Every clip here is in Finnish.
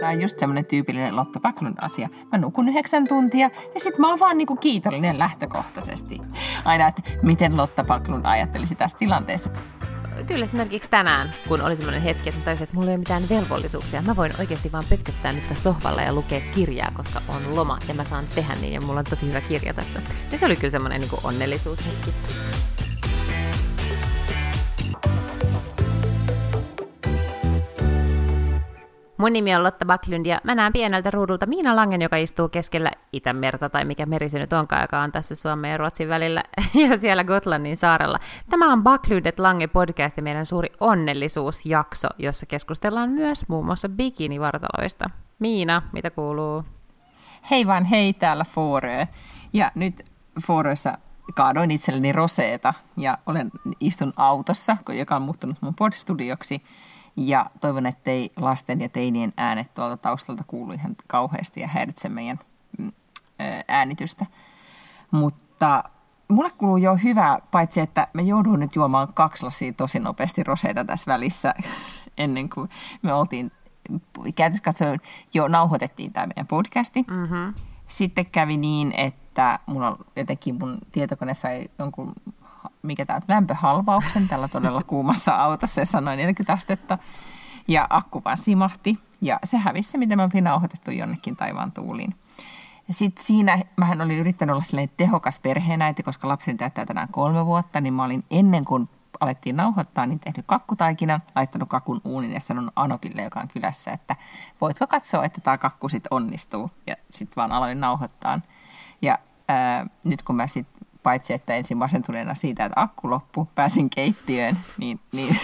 Tämä on just semmoinen tyypillinen Lotta Backlund-asia. Mä nukun 9 tuntia ja sit mä oon vaan niinku kiitollinen lähtökohtaisesti. Aina, että miten Lotta Backlund ajattelisi tässä tilanteessa. Kyllä esimerkiksi tänään, kun oli semmoinen hetki, että mä tajusin, että mulla ei ole mitään velvollisuuksia. Mä voin oikeasti vaan pötköttää nyt tässä sohvalla ja lukea kirjaa, koska on loma ja mä saan tehdä niin ja mulla on tosi hyvä kirja tässä. Ja se oli kyllä semmoinen niin kuin onnellisuushetki. Mun nimi on Lotta Backlund ja mä näen pieneltä ruudulta Miina Langen, joka istuu keskellä Itämerta tai mikä meri se nyt onkaan, joka on tässä Suomen ja Ruotsin välillä ja siellä Gotlannin saarella. Tämä on Backlund & Lange podcast ja meidän suuri onnellisuusjakso, jossa keskustellaan myös muun muassa bikinivartaloista. Miina, mitä kuuluu? Hei vaan hei, täällä Fårö. Ja nyt Fårössä kaadoin itselleni roseeta ja istun autossa, joka on muuttunut mun podstudioksi. Ja toivon, ettei lasten ja teinien äänet tuolta taustalta kuulu ihan kauheasti ja häiritse meidän äänitystä. Mutta mulle kuuluu jo hyvä, paitsi että me jouduin nyt juomaan 2 lasia tosi nopeasti roseita tässä välissä, ennen kuin me oltiin, käytössä katsoen, jo nauhoitettiin tämä meidän podcasti. Mm-hmm. Sitten kävi niin, että mulla jotenkin mun tietokone sai jonkun lämpöhalvauksen tällä todella kuumassa autossa ja sanoi 40 astetta ja akku vaan simahti ja se hävisi se, mitä me oltiin nauhoitettu jonnekin taivaan tuuliin. Ja sitten siinä, mähän olin yrittänyt olla sellainen tehokas perheenäiti, koska lapseni täyttää tänään 3 vuotta, niin mä olin ennen kuin alettiin nauhoittaa, niin tehnyt kakkutaikinan, laittanut kakun uunin ja sanonut Anopille, joka on kylässä, että voitko katsoa, että tämä kakku sitten onnistuu ja sitten vaan aloin nauhoittaa. Ja nyt kun mä sitten paitsi että ensin masentuneena siitä, että akku loppui, pääsin keittiöön, niin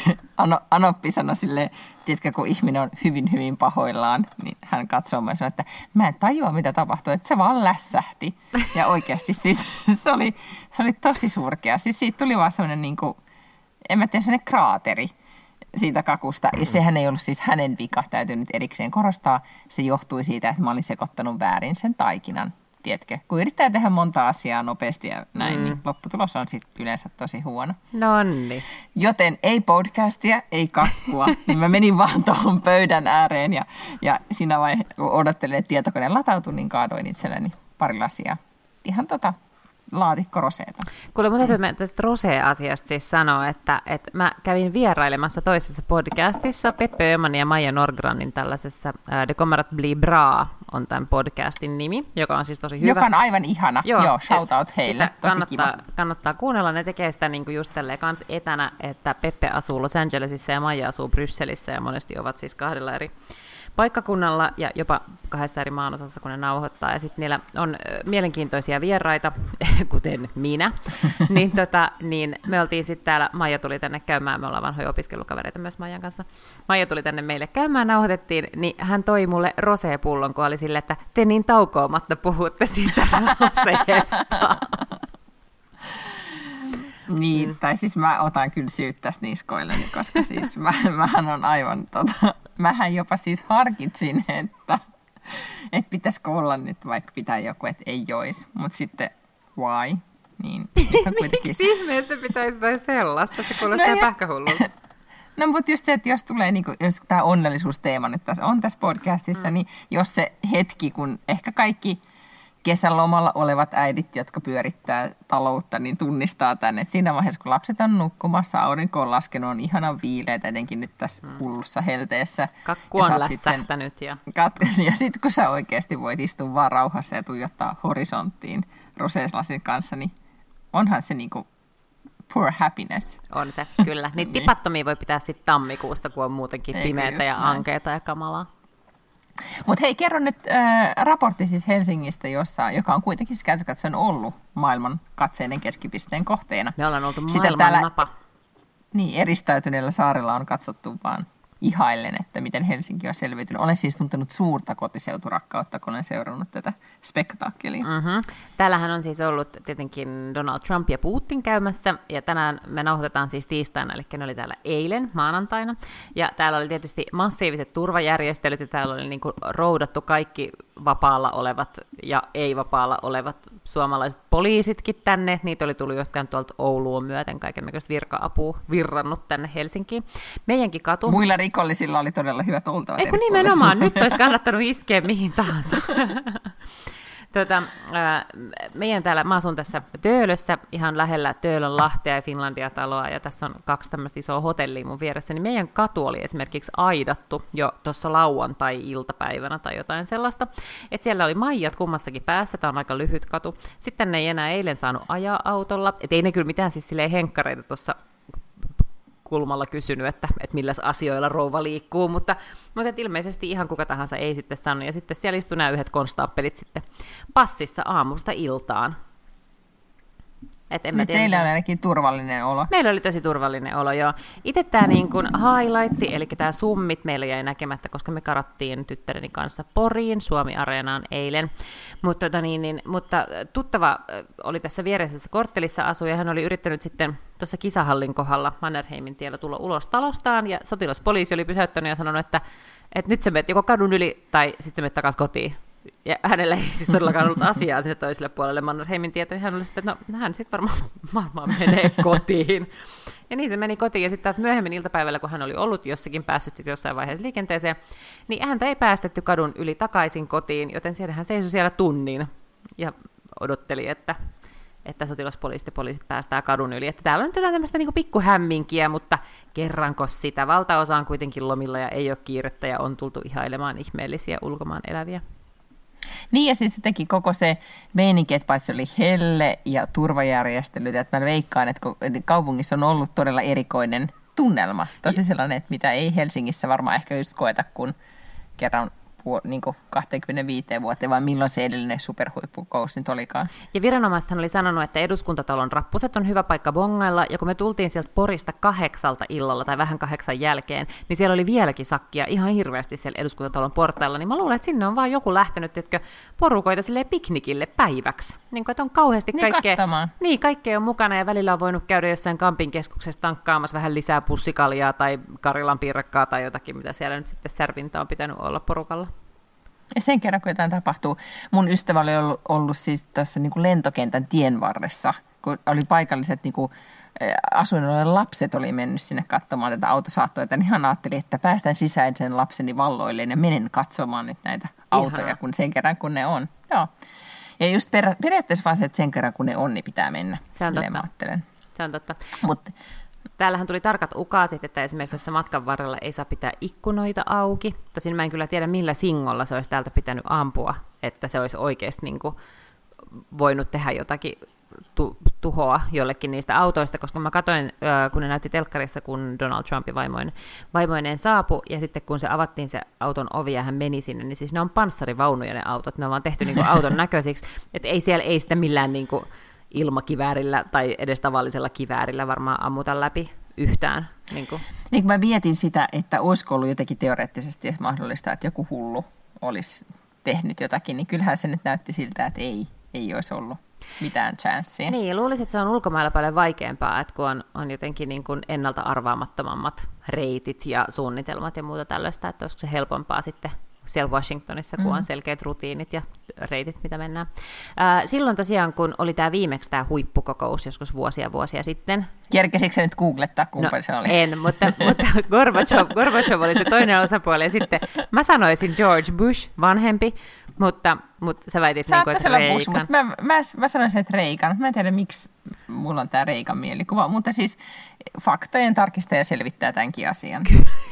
Anoppi sanoi silleen, tiedätkö, kun ihminen on hyvin, hyvin pahoillaan, niin hän katsoo ja sanoi, että mä en tajua, mitä tapahtui, että se vaan lässähti. Ja oikeasti siis se oli tosi surkea. Siis siitä tuli vaan semmoinen, niin kuin, en mä tiedä, semmoinen kraateri siitä kakusta. Ja sehän ei ollut siis hänen vika, täytyy nyt erikseen korostaa. Se johtui siitä, että mä olin sekoittanut väärin sen taikinan. Tiedätkö, kun yrittää tehdä monta asiaa nopeasti ja näin, niin lopputulos on sitten yleensä tosi huono. Nonni. Joten ei podcastia, ei kakkua, niin mä menin vaan tuohon pöydän ääreen ja siinä vaiheessa, kun odottelin, että tietokone latautui, niin kaadoin itselleni 2 lasia. Ihan laatikko roseeta. Kuule, mun täytyy tästä rosé-asiasta siis sanoa, että mä kävin vierailemassa toisessa podcastissa Peppe Öhman ja Maja Norgranin tällaisessa Det kommer att bli bra on tämän podcastin nimi, joka on siis tosi hyvä. Joka on aivan ihana. Joo, shout out heille. Tosi kannattaa kuunnella. Ne tekee sitä niin kuin just tälleen kans etänä, että Peppe asuu Los Angelesissa ja Maja asuu Brysselissä ja monesti ovat siis 2 eri paikkakunnalla ja jopa 2 eri maanosassa, kun ne nauhoittaa. Ja sitten niillä on mielenkiintoisia vieraita, kuten minä. niin me oltiin sitten täällä, Maija tuli tänne käymään, me ollaan vanhoja opiskelukavereita myös Maijan kanssa. Maija tuli tänne meille käymään, nauhoitettiin, niin hän toi mulle roseepullon, kun oli silleen, että te niin taukoomatta puhutte siitä roseesta. Niin, tai siis mä otan kyllä syyt tästä niskoilleni, koska siis mähän on aivan mähän jopa siis harkitsin, että pitäisikö olla nyt vaikka pitää joku, että ei joisi, mutta sitten why? Niin, miksi ihmeessä pitäisi tai sellaista? Se kuulostaa pähkähullulta. No mutta just se, että jos tulee niinku, jos tämä onnellisuusteema nyt on tässä podcastissa, niin jos se hetki, kun ehkä kaikki kesälomalla olevat äidit, jotka pyörittää taloutta, niin tunnistaa tänne, että siinä vaiheessa, kun lapset on nukkumassa, aurinko on laskenut, on ihanan viileitä, etenkin nyt tässä hullussa helteessä. Kakku on lässähtänyt. Ja sitten kun sä oikeasti voit istua vaan rauhassa ja tuijottaa horisonttiin roseeslasin kanssa, niin onhan se niinku pure happiness. On se, kyllä. Niin tipattomia voi pitää sitten tammikuussa, kun on muutenkin pimeätä ja ankeata ja kamalaa. Mutta hei, kerro nyt raportti siis Helsingistä, joka on kuitenkin käytöskatsoen ollut maailman katseiden keskipisteen kohteena. Me ollaan oltu maailman napa. Niin, eristäytyneellä saarella on katsottu vaan ihaillen, että miten Helsinki on selviytynyt. Olen siis tuntenut suurta kotiseuturakkautta, kun olen seurannut tätä spektaakkelia. Mm-hmm. Täällähän on siis ollut tietenkin Donald Trump ja Putin käymässä, ja tänään me nauhoitetaan siis tiistaina, eli ne oli täällä eilen maanantaina, ja täällä oli tietysti massiiviset turvajärjestelyt, ja täällä oli niin kuin roudattu kaikki vapaalla olevat ja ei-vapaalla olevat suomalaiset poliisitkin tänne. Niitä oli tullut jostain tuolta Ouluun myöten kaikennäköistä virka-apua virrannut tänne Helsinkiin. Meidänkin katu... Muilla rikollisilla oli todella hyvät oltavat. Eikö nimenomaan, nyt olisi kannattanut iskeä mihin tahansa. Meidän täällä, mä asun tässä Töölössä, ihan lähellä Töölön Lahtea ja Finlandia-taloa, ja tässä on 2 tämmöistä isoa hotellia mun vieressä, niin meidän katu oli esimerkiksi aidattu jo tuossa lauantai-iltapäivänä tai jotain sellaista, että siellä oli maijat kummassakin päässä, tämä on aika lyhyt katu. Sitten ne ei enää eilen saanut ajaa autolla, et ei ne kyllä mitään siis silleen henkkareita tuossa kulmalla kysynyt, että milläs asioilla rouva liikkuu, mutta ilmeisesti ihan kuka tahansa ei sitten sano. Ja sitten siellä istui nämä yhdet konstaappelit sitten passissa aamusta iltaan. Teillä oli ainakin turvallinen olo. Meillä oli tosi turvallinen olo, joo. Itse tämä niin kuin highlight, eli tämä summit meillä jäi näkemättä, koska me karattiin tyttäreni kanssa Poriin, Suomi-areenaan eilen. Mutta tuttava oli tässä viereisessä korttelissa asu, ja hän oli yrittänyt sitten tuossa kisahallin kohdalla Mannerheimin tiellä tulla ulos talostaan, ja sotilaspoliisi oli pysäyttänyt ja sanonut, että nyt sä menet joko kadun yli, tai sitten sä menet takaisin kotiin. Ja hänellä ei siis todellakaan ollut asiaa sinne toiselle puolelle Mannerheimin tietä, niin hän oli sitten, että no hän sitten varmaan menee kotiin. Ja niin se meni kotiin, ja sitten taas myöhemmin iltapäivällä, kun hän oli ollut jossakin päässyt sitten jossain vaiheessa liikenteeseen, niin häntä ei päästetty kadun yli takaisin kotiin, joten hän seisoi siellä tunnin ja odotteli, että sotilaspoliisit ja poliisit päästää kadun yli. Että täällä on nyt jotain tämmöistä niin pikkuhämminkiä, mutta kerranko sitä. Valtaosa on kuitenkin lomilla ja ei ole kiirettä ja on tultu ihailemaan ihmeellisiä ulkomaan eläviä. Niin, ja siis se teki koko se meininki, että paitsi oli helle ja turvajärjestelyt, että mä veikkaan, että kaupungissa on ollut todella erikoinen tunnelma. Tosi sellainen, että mitä ei Helsingissä varmaan ehkä just koeta, kun kerran niin 25 vuoteen, vai milloin se edellinen superhuippukous nyt olikaan. Ja viranomaisethan oli sanonut, että Eduskuntatalon rappuset on hyvä paikka bongailla, ja kun me tultiin sieltä Porista 8 illalla tai vähän 8 jälkeen, niin siellä oli vieläkin sakkia ihan hirveästi siellä Eduskuntatalon portailla, niin mä luulen, että sinne on vaan joku lähtenyt, että porukoita silleen piknikille päiväksi. Niin kuin, että on kauheasti kaikkea. Niin, kaikkea on mukana, ja välillä on voinut käydä jossain Kampin keskuksessa tankkaamassa vähän lisää pussikaljaa tai Karilan piirakkaa tai jotakin, mitä siellä nyt sitten särvintä on pitänyt olla porukalla. Ja sen kerran, kun jotain tapahtuu, mun ystävä oli ollut siis tuossa niin kuin lentokentän tien varressa, kun oli paikalliset niin kuin asuinalueen lapset oli mennyt sinne katsomaan tätä autosaattoita, niin hän ajatteli, että päästään sisään sen lapseni valloilleen ja menen katsomaan nyt näitä autoja, kun sen kerran kun ne on. Joo. Ja just periaatteessa vaan se, että sen kerran kun ne on, niin pitää mennä. Se on totta. Se on totta. Täällähän tuli tarkat ukaasit, että esimerkiksi tässä matkan varrella ei saa pitää ikkunoita auki. Tosin mä en kyllä tiedä, millä singolla se olisi täältä pitänyt ampua, että se olisi oikeasti niin kuin voinut tehdä jotakin tuhoa jollekin niistä autoista, koska mä katsoin, kun ne näytti telkkarissa, kun Donald Trump ja vaimoineen saapui, ja sitten kun se avattiin se auton ovi ja hän meni sinne, niin siis ne on panssarivaunuja ne autot, ne on vaan tehty niin kuin auton näköisiksi, että ei sitä millään niin kuin ilmakiväärillä tai edes tavallisella kiväärillä varmaan ammuta läpi yhtään. Niin mä mietin sitä, että olisiko ollut jotenkin teoreettisesti edes mahdollista, että joku hullu olisi tehnyt jotakin, niin kyllähän se nyt näytti siltä, että ei olisi ollut mitään chanssiä. Niin, luulisin, että se on ulkomailla paljon vaikeampaa, että kun on jotenkin niin kuin ennalta arvaamattomammat reitit ja suunnitelmat ja muuta tällaista, että olisiko se helpompaa sitten siellä Washingtonissa, kun on selkeät rutiinit ja reitit, mitä mennään. Silloin tosiaan, kun oli viimeksi tämä huippukokous joskus vuosia sitten. Kerkesikö nyt googlettaa, kumpa se oli? En, mutta Gorbachev oli se toinen osapuoli. Ja sitten mä sanoisin George Bush, vanhempi, mutta sä väitit niin kuin, että Reagan. Bush, mutta mä sanoisin, että Reagan. Mä en tiedä, miksi mulla on tämä Reagan mielikuva, mutta siis faktojen tarkistaja selvittää tämänkin asian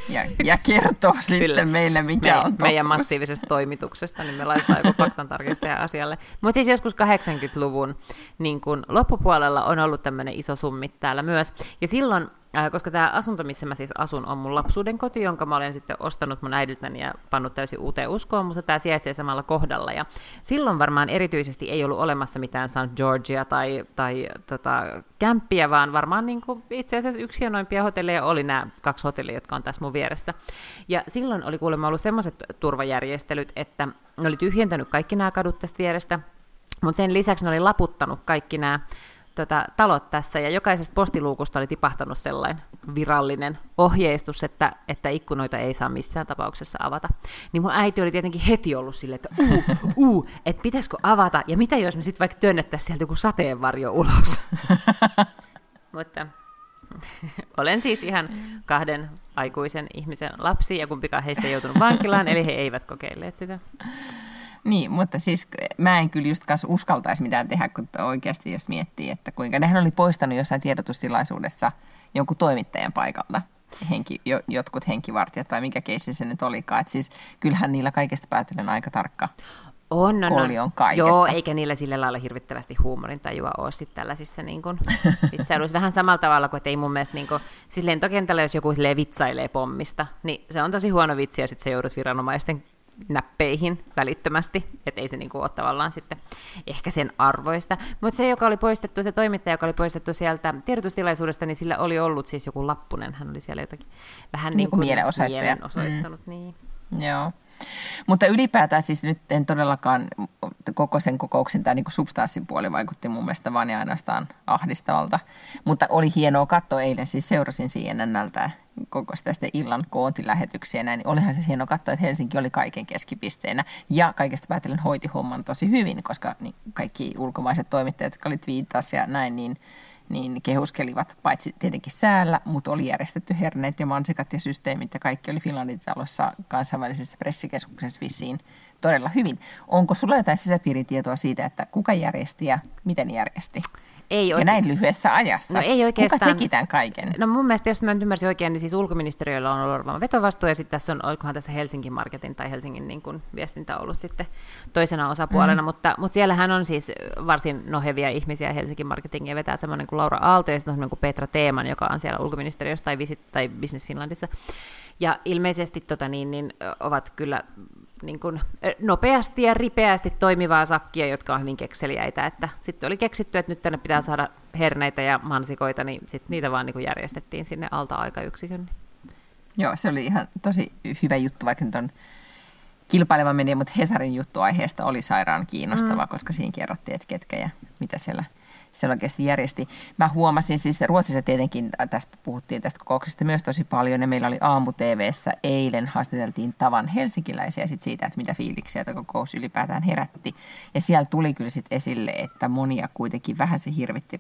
ja kertoo sitten meille, mikä on totuus. Meidän massiivisesta toimituksesta, niin me laitetaan joku faktan tarkistaja asialle. Mutta siis joskus 80-luvun niin kun loppupuolella on ollut tämmöinen iso summit täällä myös. Ja silloin, koska tämä asunto, missä mä siis asun, on mun lapsuuden koti, jonka mä olen sitten ostanut mun äidiltäni ja pannut täysin uuteen uskoon, mutta tämä sijaitsee samalla kohdalla. Ja silloin varmaan erityisesti ei ollut olemassa mitään St. Georgia tai kämppiä, vaan varmaan niin kuin itse asiassa yksi hienoimpia hotelleja oli nämä 2 hotellia, jotka on tässä mun vieressä. Ja silloin oli kuulemma ollut semmoiset turvajärjestelyt, että ne oli tyhjentänyt kaikki nämä kadut tästä vierestä, mutta sen lisäksi ne oli laputtanut kaikki nämä talot tässä, ja jokaisesta postiluukusta oli tipahtanut sellainen virallinen ohjeistus, että ikkunoita ei saa missään tapauksessa avata. Niin mun äiti oli tietenkin heti ollut silleen, että että pitäisikö avata, ja mitä jos me sitten vaikka työnnettäisiin sieltä joku sateenvarjo ulos. Mutta olen siis ihan 2 aikuisen ihmisen lapsi, ja kumpikaan heistä ei joutunut vankilaan, eli he eivät kokeilleet sitä. Niin, mutta siis mä en kyllä just kanssa uskaltaisi mitään tehdä, kun oikeasti jos miettii, että kuinka nehän oli poistanut jossain tiedotustilaisuudessa jonkun toimittajan paikalta, jotkut henkivartijat tai mikä keissi se nyt olikaan. Että siis kyllähän niillä kaikesta päätellen aika tarkka kolli on kaikesta. Joo, eikä niillä sillä lailla hirvittävästi huumorintajua ole sitten tällaisissa niin kuin vitsailuissa. Vähän samalla tavalla kuin, että ei mun mielestä, niin kuin, siis lentokentällä, jos joku vitsailee pommista, niin se on tosi huono vitsi, ja sitten sä joudut viranomaisten näppeihin välittömästi, että ei se ole tavallaan sitten ehkä sen arvoista. Mutta se, joka oli poistettu, se toimittaja, joka oli poistettu sieltä tiedotustilaisuudesta, niin sillä oli ollut siis joku lappunen. Hän oli siellä jotakin vähän niin kuin mielenosoittanut. Niin. Joo. Mutta ylipäätään siis nyt en todellakaan koko sen kokouksen tämä niin substanssin puoli vaikutti mun mielestä vaan ja ainoastaan ahdistavalta. Mutta oli hienoa katsoa eilen, siis seurasin CNNltä koko sitä illan koontilähetyksiä näin, niin olihan se hienoa katsoa, että Helsinki oli kaiken keskipisteenä ja kaikesta päätellen hoiti homman tosi hyvin, koska niin kaikki ulkomaiset toimittajat, jotka oli twiittasi ja näin, niin kehuskelivat paitsi tietenkin säällä, mutta oli järjestetty herneet ja mansikat ja systeemit ja kaikki oli Finlandin talossa kansainvälisessä pressikeskuksessa vissiin todella hyvin. Onko sulla jotain sisäpiiritietoa siitä, että kuka järjesti ja miten järjesti? Ei ja näin lyhyessä ajassa. No ei oikeastaan. Kuka teki tämän kaiken? No mun mielestä, jos mä nyt ymmärsin oikein, niin siis ulkoministeriöllä on ollut varmaan vetovastuu, ja sitten tässä on, olikohan tässä Helsingin Marketin tai Helsingin niin kuin viestintä ollut sitten toisena osapuolena, mutta siellähän on siis varsin nohevia ihmisiä Helsingin Marketingia vetää semmoinen kuin Laura Aalto ja sitten on semmoinen kuin Petra Teeman, joka on siellä ulkoministeriössä tai Business Finlandissa. Ja ilmeisesti ovat kyllä niin kuin nopeasti ja ripeästi toimivaa sakkia, jotka on hyvin kekseliäitä. Että sitten oli keksitty, että nyt tänne pitää saada herneitä ja mansikoita, niin sitten niitä vaan niin kuin järjestettiin sinne alta-aikayksikön. Joo, se oli ihan tosi hyvä juttu, vaikka nyt on kilpaileva media, mutta Hesarin juttu aiheesta oli sairaan kiinnostava, koska siinä kerrottiin, että ketkä ja mitä siellä oikeasti järjesti. Mä huomasin, siis Ruotsissa tietenkin puhuttiin tästä kokouksesta myös tosi paljon, ja meillä oli aamu-tv:ssä eilen haastateltiin tavan helsinkiläisiä siitä, että mitä fiiliksiä tämä kokous ylipäätään herätti. Ja siellä tuli kyllä sitten esille, että monia kuitenkin vähän se hirvitti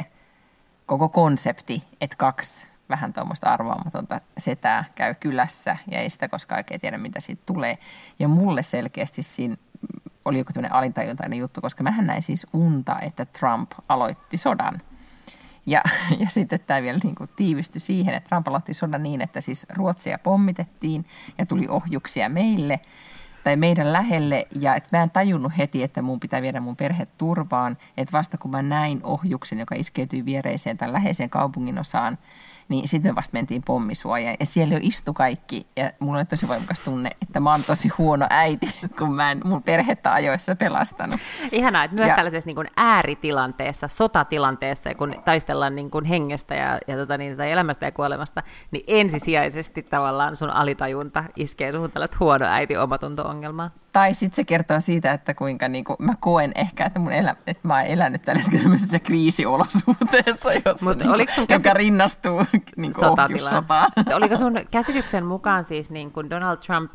koko konsepti, että 2 vähän tuommoista arvaamatonta setää käy kylässä, ja ei sitä koskaan oikein tiedä, mitä siitä tulee. Ja mulle selkeästi siinä oli joku tämmöinen alintajuntainen juttu, koska mähän näin siis unta, että Trump aloitti sodan. Ja sitten tämä vielä niin kuin tiivistyi siihen, että Trump aloitti sodan niin, että siis Ruotsia pommitettiin ja tuli ohjuksia meille tai meidän lähelle. Ja että mä en tajunnut heti, että mun pitää viedä mun perhe turvaan. Että vasta kun mä näin ohjuksen, joka iskeytyi viereiseen tai läheiseen kaupunginosaan, niin sitten me vasta mentiin pommisuojaan. Ja siellä jo istui kaikki. Ja mulla oli tosi voimakas tunne, että mä oon tosi huono äiti, kun mä en mun perhettä ajoissa pelastanut. Ihanaa, että myös tällaisessa niin kuin ääritilanteessa, sotatilanteessa, kun taistellaan niin kuin hengestä tai elämästä ja kuolemasta, niin ensisijaisesti tavallaan sun alitajunta iskee suhun tällaista huono äiti omatunto-ongelmaa. Tai sitten se kertoo siitä, että kuinka niinku, mä koen ehkä, että että mä oon elänyt tällaisessa kriisiolosuhteessa, joka rinnastuu niinku ohjussotaan. Oliko sun käsityksen mukaan siis niin kuin Donald Trump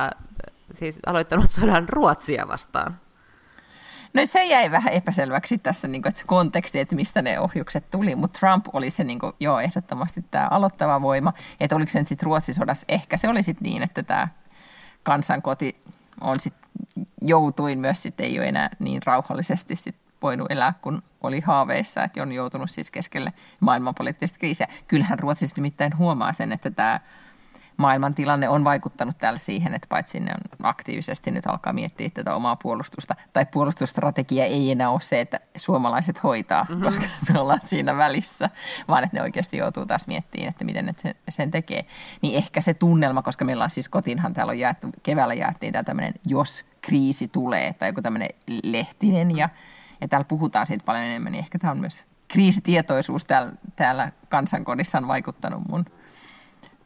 siis aloittanut sodan Ruotsia vastaan? No se jäi vähän epäselväksi tässä niin kuin, että se konteksti, että mistä ne ohjukset tuli, mutta Trump oli se niin kuin, ehdottomasti tämä aloittava voima, että oliko se sitten Ruotsin sodassa, ehkä se oli sitten niin, että tämä kansankoti on sitten joutuin myös sitten ei ole enää niin rauhallisesti sitten voinut elää, kun oli haaveissa, että on joutunut siis keskelle maailmanpoliittista kriisiä. Kyllähän Ruotsissa nimittäin huomaa sen, että tämä maailmantilanne on vaikuttanut täällä siihen, että paitsi ne on aktiivisesti nyt alkaa miettiä tätä omaa puolustusta, tai puolustusstrategia ei enää ole se, että suomalaiset hoitaa, koska me ollaan siinä välissä, vaan että ne oikeasti joutuu taas miettimään, että miten ne sen tekee. Niin ehkä se tunnelma, koska meillä on siis kotiinhan täällä on jaettu, keväällä jaettiin tämä tämmöinen jos kriisi tulee, tai joku tämmöinen lehtinen, ja täällä puhutaan siitä paljon enemmän, niin ehkä tämä on myös kriisitietoisuus täällä kansankodissa on vaikuttanut mun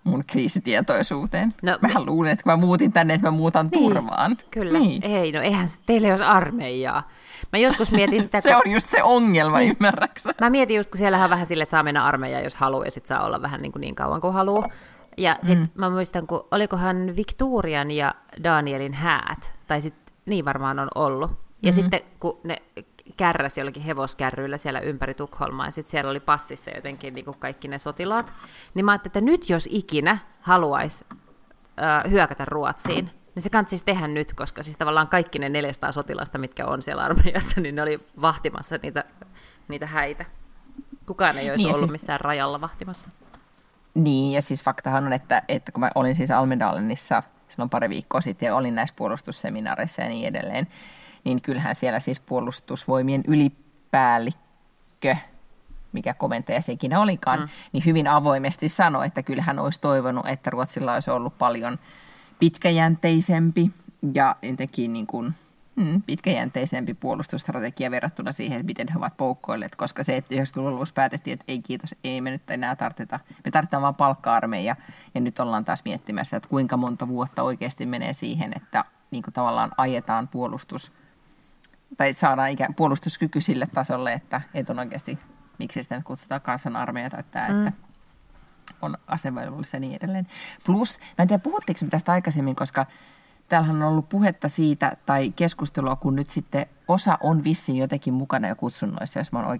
mun kriisitietoisuuteen. No, Mähän luulen, että kun mä muutin tänne, että mä muutan turvaan. Kyllä. Niin. Ei, no eihän se, teillä ei olisi armeijaa. Mä joskus mietin sitä... Se on just se ongelma, ymmärräksä? Mä mietin just, kun siellähän on vähän silleen, että saa mennä armeijaan, jos haluaa, ja sit saa olla vähän niin kauan kuin haluaa. Ja sit mä muistan, kun olikohan Victorian ja Danielin häät, tai sit niin varmaan on ollut. Ja sitten kun ne kärräsi jollakin hevoskärryillä siellä ympäri Tukholmaa, ja sitten siellä oli passissa jotenkin niin kuin kaikki ne sotilaat, niin mä ajattelin, että nyt jos ikinä haluaisi hyökätä Ruotsiin, niin se kannattaisi tehdä nyt, koska siis tavallaan kaikki ne 400 sotilasta, mitkä on siellä armeijassa, niin ne oli vahtimassa niitä häitä. Kukaan ei olisi ollut missään rajalla vahtimassa. Niin, ja siis faktahan on, että kun mä olin siis Almedalenissa silloin pari viikkoa sitten ja olin näissä puolustusseminaareissa ja niin edelleen, niin kyllähän siellä siis puolustusvoimien ylipäällikkö, mikä komentaja se ikinä olikaan, niin hyvin avoimesti sanoi, että kyllähän olisi toivonut, että Ruotsilla olisi ollut paljon pitkäjänteisempi ja jotenkin niin kuin, pitkäjänteisempi puolustusstrategia verrattuna siihen, että miten he ovat poukkoilleet, koska se, että 90-luvulla päätettiin, että ei kiitos, ei me nyt enää tarvita, me tarvitaan vaan palkka-armeija, ja nyt ollaan taas miettimässä, että kuinka monta vuotta oikeasti menee siihen, että niin kuin tavallaan ajetaan puolustus, tai saadaan puolustuskyky sille tasolle, että on oikeasti, miksi sitä nyt kutsutaan kansanarmeija, tai että on asevelvollisia ja niin edelleen. Plus, mä en tiedä, puhuttiinko me tästä aikaisemmin, koska täällähän on ollut puhetta siitä tai keskustelua, kun nyt sitten osa on vissiin jotenkin mukana jo kutsunnoissa, jos mä oon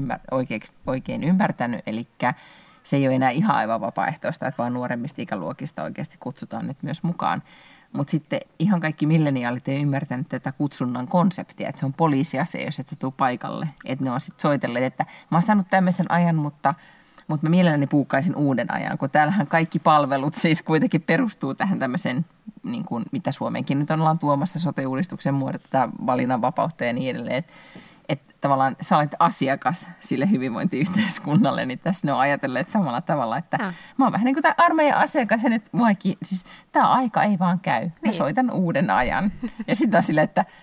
oikein ymmärtänyt. Eli se ei ole enää ihan aivan vapaaehtoista, että vaan nuoremmista ikäluokista oikeasti kutsutaan nyt myös mukaan. Mutta sitten ihan kaikki milleniaalit ei ymmärtänyt tätä kutsunnan konseptia, että se on poliisiasia, jos et sä tuu paikalle. Että ne on sitten soitelleet, että mä oon saanut tämmöisen ajan, mutta mä mielelläni puukkaisin uuden ajan, kun täällähän kaikki palvelut siis kuitenkin perustuu tähän tämmöiseen, niin kuin, mitä Suomeenkin nyt ollaan tuomassa sote-uudistuksen muodot, tätä valinnanvapautta ja niin edelleen. Että tavallaan sä olet asiakas sille hyvinvointiyhteiskunnalle, niin tässä ne on ajatelleet samalla tavalla, että mä oon vähän niin kuin tämä armeijan asiakas ja nyt siis tämä aika ei vaan käy. Mä soitan uuden ajan. Ja sitten on silleen,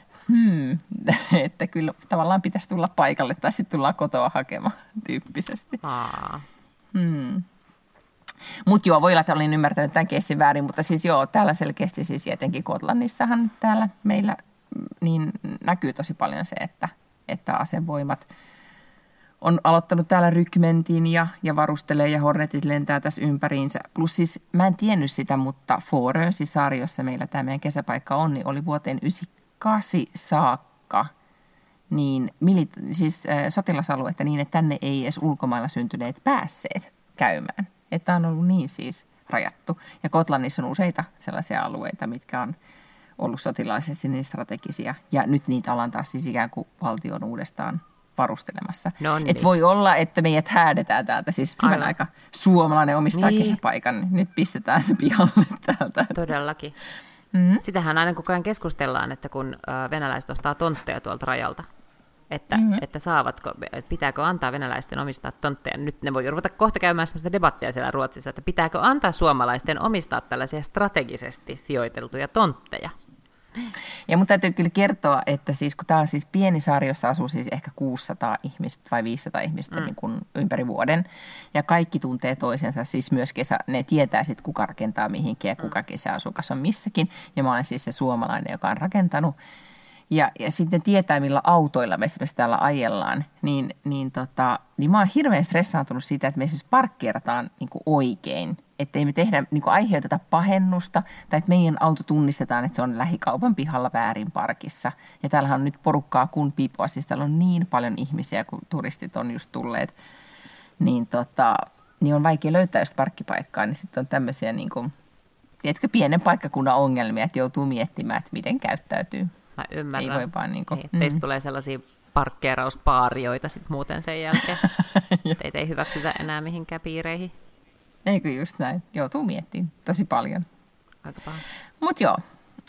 että kyllä tavallaan pitäisi tulla paikalle tai sitten tullaan kotoa hakemaan tyyppisesti. Mutta joo, voi olla, että olin ymmärtänyt tämän keissin väärin, mutta siis joo, täällä selkeästi siis etenkin Gotlannissahan täällä meillä niin näkyy tosi paljon se, että asevoimat on aloittanut täällä rykmentin ja varustelee ja Hornetit lentää tässä ympäriinsä. Plus siis mä en tiennyt sitä, mutta Fårö, siis saari, jossa meillä tämä meidän kesäpaikka on, niin oli vuoteen 1998 saakka niin sotilasaluetta niin, että tänne ei edes ulkomailla syntyneet päässeet käymään. Että on ollut niin siis rajattu. Ja Gotlannissa on useita sellaisia alueita, mitkä on ollut sotilaallisesti niin strategisia. Ja nyt niitä ollaan taas siis ikään kuin valtion uudestaan varustelemassa. No niin. Et voi olla, että meidät häädetään täältä. Siis hyvän aika suomalainen omistaa kesäpaikan, niin nyt pistetään se pihalle täältä. Todellakin. Sitähän aina koko ajan keskustellaan, että kun venäläiset ostaa tontteja tuolta rajalta, että pitääkö antaa venäläisten omistaa tontteja. Nyt ne voi ruveta kohta käymään sellaista debattia siellä Ruotsissa, että pitääkö antaa suomalaisten omistaa tällaisia strategisesti sijoiteltuja tontteja. Ja mun täytyy kyllä kertoa, että siis, kun tämä on siis pieni saari, jossa asuu siis ehkä 600 ihmistä vai 500 ihmistä niin kuin ympäri vuoden. Ja kaikki tuntee toisensa, siis myös ne tietää sitten, kuka rakentaa mihinkin ja kuka kesäasukas on missäkin. Ja mä olen siis se suomalainen, joka on rakentanut. Ja sitten tietää, millä autoilla me esimerkiksi täällä ajellaan, niin mä oon hirveän stressaantunut siitä, että me esimerkiksi parkkeerataan niin kuin oikein. Että ei me tehdä, niin kuin aiheuteta pahennusta, tai että meidän auto tunnistetaan, että se on lähikaupan pihalla väärin parkissa. Ja täällähän on nyt porukkaa kuin pipoa, siis täällä on niin paljon ihmisiä, kun turistit on just tulleet. Niin on vaikea löytää just parkkipaikkaa, niin sitten on tämmöisiä niin kuin, tiedätkö, pienen paikkakunnan ongelmia, että joutuu miettimään, että miten käyttäytyy. Mä ymmärrän. Ei voi vaan niin kuin, teistä tulee sellaisia parkkeerauspaarioita sitten muuten sen jälkeen. Teitä ei hyväksytä enää mihinkään piireihin. Eikö just näin? Joutuu miettimään tosi paljon. Aika paha. Mutta joo.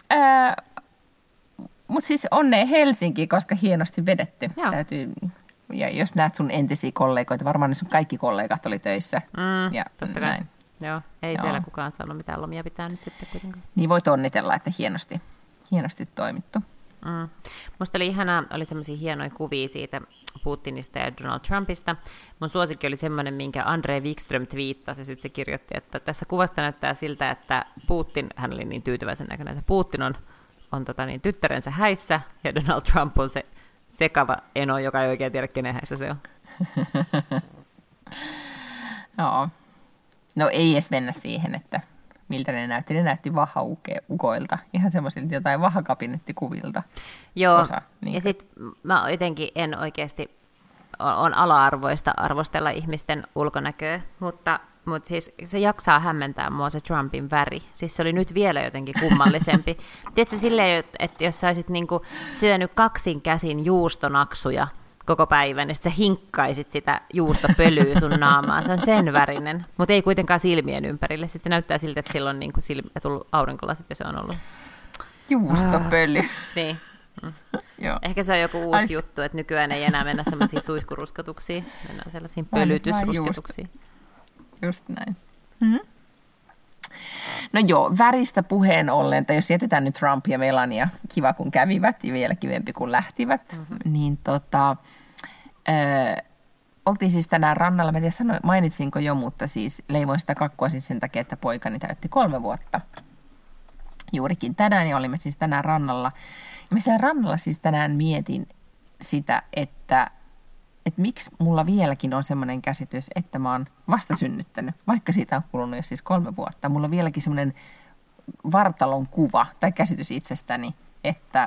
Mutta siis onnea Helsinki, koska hienosti vedetty. Täytyy, ja jos näet sun entisiä kollegoita, varmaan ne sun kaikki kollegat oli töissä. Ja totta kai. Näin. Joo, ei siellä kukaan sanonut mitään lomia pitää nyt sitten kuitenkaan. Niin voit onnitella, että hienosti toimittu. Musta oli ihanaa, oli semmoisia hienoja kuvia siitä Putinista ja Donald Trumpista. Mun suosikki oli semmoinen, minkä Andre Wikström twiittasi, ja sitten se kirjoitti, että tässä kuvasta näyttää siltä, että Putin, hän oli niin tyytyväisen näköinen, että Putin on tyttärensä häissä, ja Donald Trump on se sekava eno, joka ei oikein tiedä, kenen häissä se on. Joo. No ei edes mennä siihen, että miltä ne näytti. Ne näytti vaha-ukoilta, ihan semmoisilta jotain vahakabinettikuvilta. Joo, niin ja sitten mä jotenkin en oikeasti, on ala-arvoista arvostella ihmisten ulkonäköä, mutta siis se jaksaa hämmentää mua se Trumpin väri. Siis se oli nyt vielä jotenkin kummallisempi. Tiedätkö silleen, että jos sä olisit niinku syönyt kaksin käsin juustonaksuja koko päivän, niin sitten sä hinkkaisit sitä juustopölyä sun naamaan. Se on sen värinen, mutta ei kuitenkaan silmien ympärille. Sitten se näyttää siltä, että sillä on niinku tullut aurinkolasit ja se on ollut juustopöly. Niin. Ehkä se on joku uusi juttu, että nykyään ei enää mennä sellaisiin suihkuruskotuksiin, mennään sellaisiin pölytysrusketuksiin. Just näin. Mm-hmm. No joo, väristä puheen ollen, tai jos jätetään nyt Trump ja Melania, kiva kun kävivät ja vielä kivempi kun lähtivät, niin oltiin siis tänään rannalla, mä en tiedä mainitsinko jo, mutta siis leimoin sitä kakkua siis sen takia, että poikani täytti 3 vuotta. Juurikin tänään, ja olimme siis tänään rannalla. Ja mä siellä rannalla siis tänään mietin sitä, että miksi mulla vieläkin on semmoinen käsitys, että mä oon vasta synnyttänyt, vaikka siitä on kulunut jo siis 3 vuotta. Mulla on vieläkin semmoinen vartalon kuva tai käsitys itsestäni, että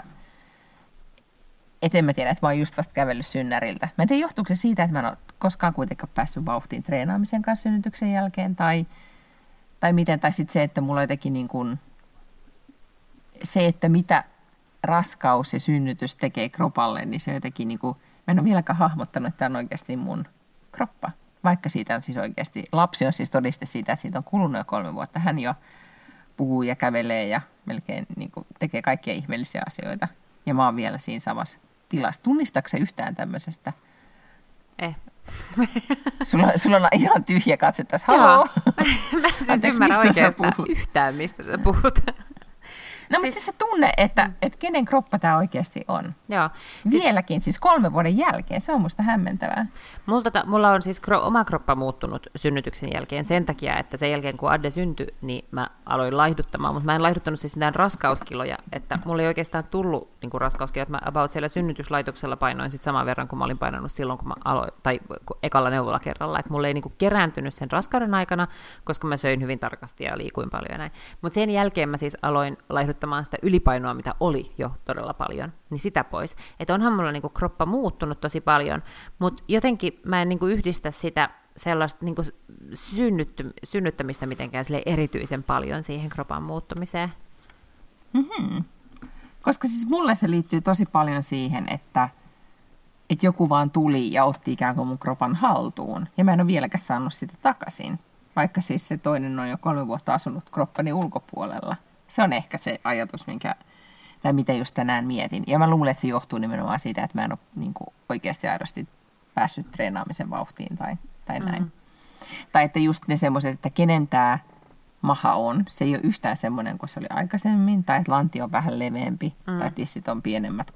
en mä tiedä, että mä oon just vasta kävellyt synnäriltä. Mä en tiedä, johtuuko se siitä, että mä en ole koskaan kuitenkaan päässyt vauhtiin treenaamisen kanssa synnytyksen jälkeen, tai miten, tai sitten se, että mulla on jotenkin niin kuin se, että mitä raskaus ja synnytys tekee kropalle, niin se jotenkin niin kuin, mä en ole vieläkään hahmottanut, että tämä on oikeasti mun kroppa. Vaikka siitä on siis oikeasti, lapsi on siis todiste siitä, että siitä on kulunut jo 3 vuotta. Hän jo puhuu ja kävelee ja melkein niin kuin, tekee kaikkia ihmeellisiä asioita. Ja mä oon vielä siinä samassa tilassa. Tunnistatko sä yhtään tämmöisestä? Sulla on ihan tyhjä katse tässä. Haloo! Mä siis ymmärrän oikeastaan yhtään, mistä sä puhut. No, mutta siis se tunne, että kenen kroppa tämä oikeasti on. Joo. Vieläkin, siis 3 vuoden jälkeen, se on musta hämmentävää. Mulla on siis oma kroppa muuttunut synnytyksen jälkeen sen takia, että sen jälkeen kun Adde syntyi, niin mä aloin laihduttamaan, mutta mä en laihduttanut siis mitään raskauskiloja, että mulla ei oikeastaan tullut niin raskauskiloja, että mä about siellä synnytyslaitoksella painoin sit saman verran, kun mä olin painanut silloin, kun mä aloin, tai ekalla neuvolakerralla, että mulla ei niin kerääntynyt sen raskauden aikana, koska mä söin hyvin tarkasti ja liikuin paljon ja näin. Mutta sen jälkeen mä siis aloin laihduttamaan sitä ylipainoa, mitä oli jo todella paljon, niin sitä pois. Että onhan mulla niinku kroppa muuttunut tosi paljon, mutta jotenkin mä en niinku yhdistä sitä sellaista niinku synnyttämistä mitenkään erityisen paljon siihen kropan muuttumiseen. Mm-hmm. Koska siis mulle se liittyy tosi paljon siihen, että joku vaan tuli ja otti ikään kuin mun kropan haltuun, ja mä en ole vieläkään saanut sitä takaisin, vaikka siis se toinen on jo 3 vuotta asunut kroppani ulkopuolella. Se on ehkä se ajatus, tai mitä just tänään mietin. Ja mä luulen, että se johtuu nimenomaan siitä, että mä en ole niin kuin oikeasti aidosti päässyt treenaamisen vauhtiin tai näin. Mm. Tai että just ne semmoiset, että kenen tämä maha on, se ei ole yhtään semmoinen kuin se oli aikaisemmin, tai että lanti on vähän leveämpi, tai tissit on pienemmät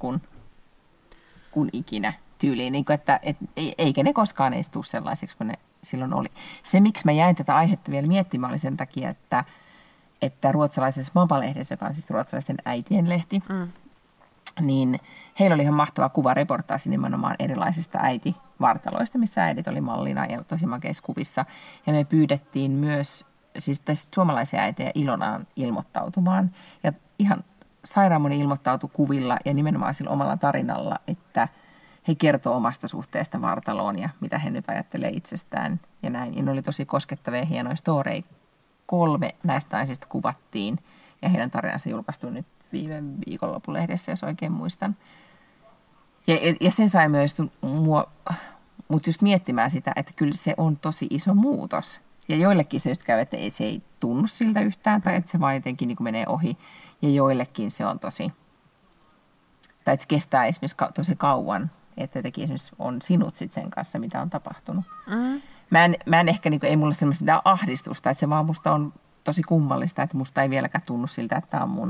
kuin ikinä tyyliin. Niin kuin, että eikä ne koskaan edes tule sellaisiksi kuin ne silloin oli. Se, miksi mä jäin tätä aihetta vielä miettimään, oli sen takia, että ruotsalaisessa Mama-lehdessä, joka on siis ruotsalaisten äitien lehti, niin heillä oli ihan mahtava kuvareportaasi nimenomaan erilaisista äitivartaloista, missä äidit oli mallina ja tosi makeissa kuvissa. Ja me pyydettiin myös siis suomalaisia äitejä Ilonaan ilmoittautumaan. Ja ihan sairaan moni ilmoittautui kuvilla ja nimenomaan sillä omalla tarinalla, että he kertoo omasta suhteesta vartaloon ja mitä he nyt ajattelee itsestään ja näin. Ja ne oli tosi koskettavia ja hienoja storeja. 3 näistä naisista kuvattiin, ja heidän tarinansa julkaistui nyt viime viikonloppulehdessä, jos oikein muistan. Ja se sai myös mut just miettimään sitä, että kyllä se on tosi iso muutos. Ja joillekin se just käy, että se ei tunnu siltä yhtään, tai että se vaan jotenkin niin kuin menee ohi. Ja joillekin se on tosi, tai että se kestää esimerkiksi tosi kauan, että jotenkin esimerkiksi on sinut sit sen kanssa, mitä on tapahtunut. Mm. Mä en ehkä, ei mulle semmoista mitään ahdistusta, että se vaan musta on tosi kummallista, että musta ei vieläkään tunnu siltä, että tämä on mun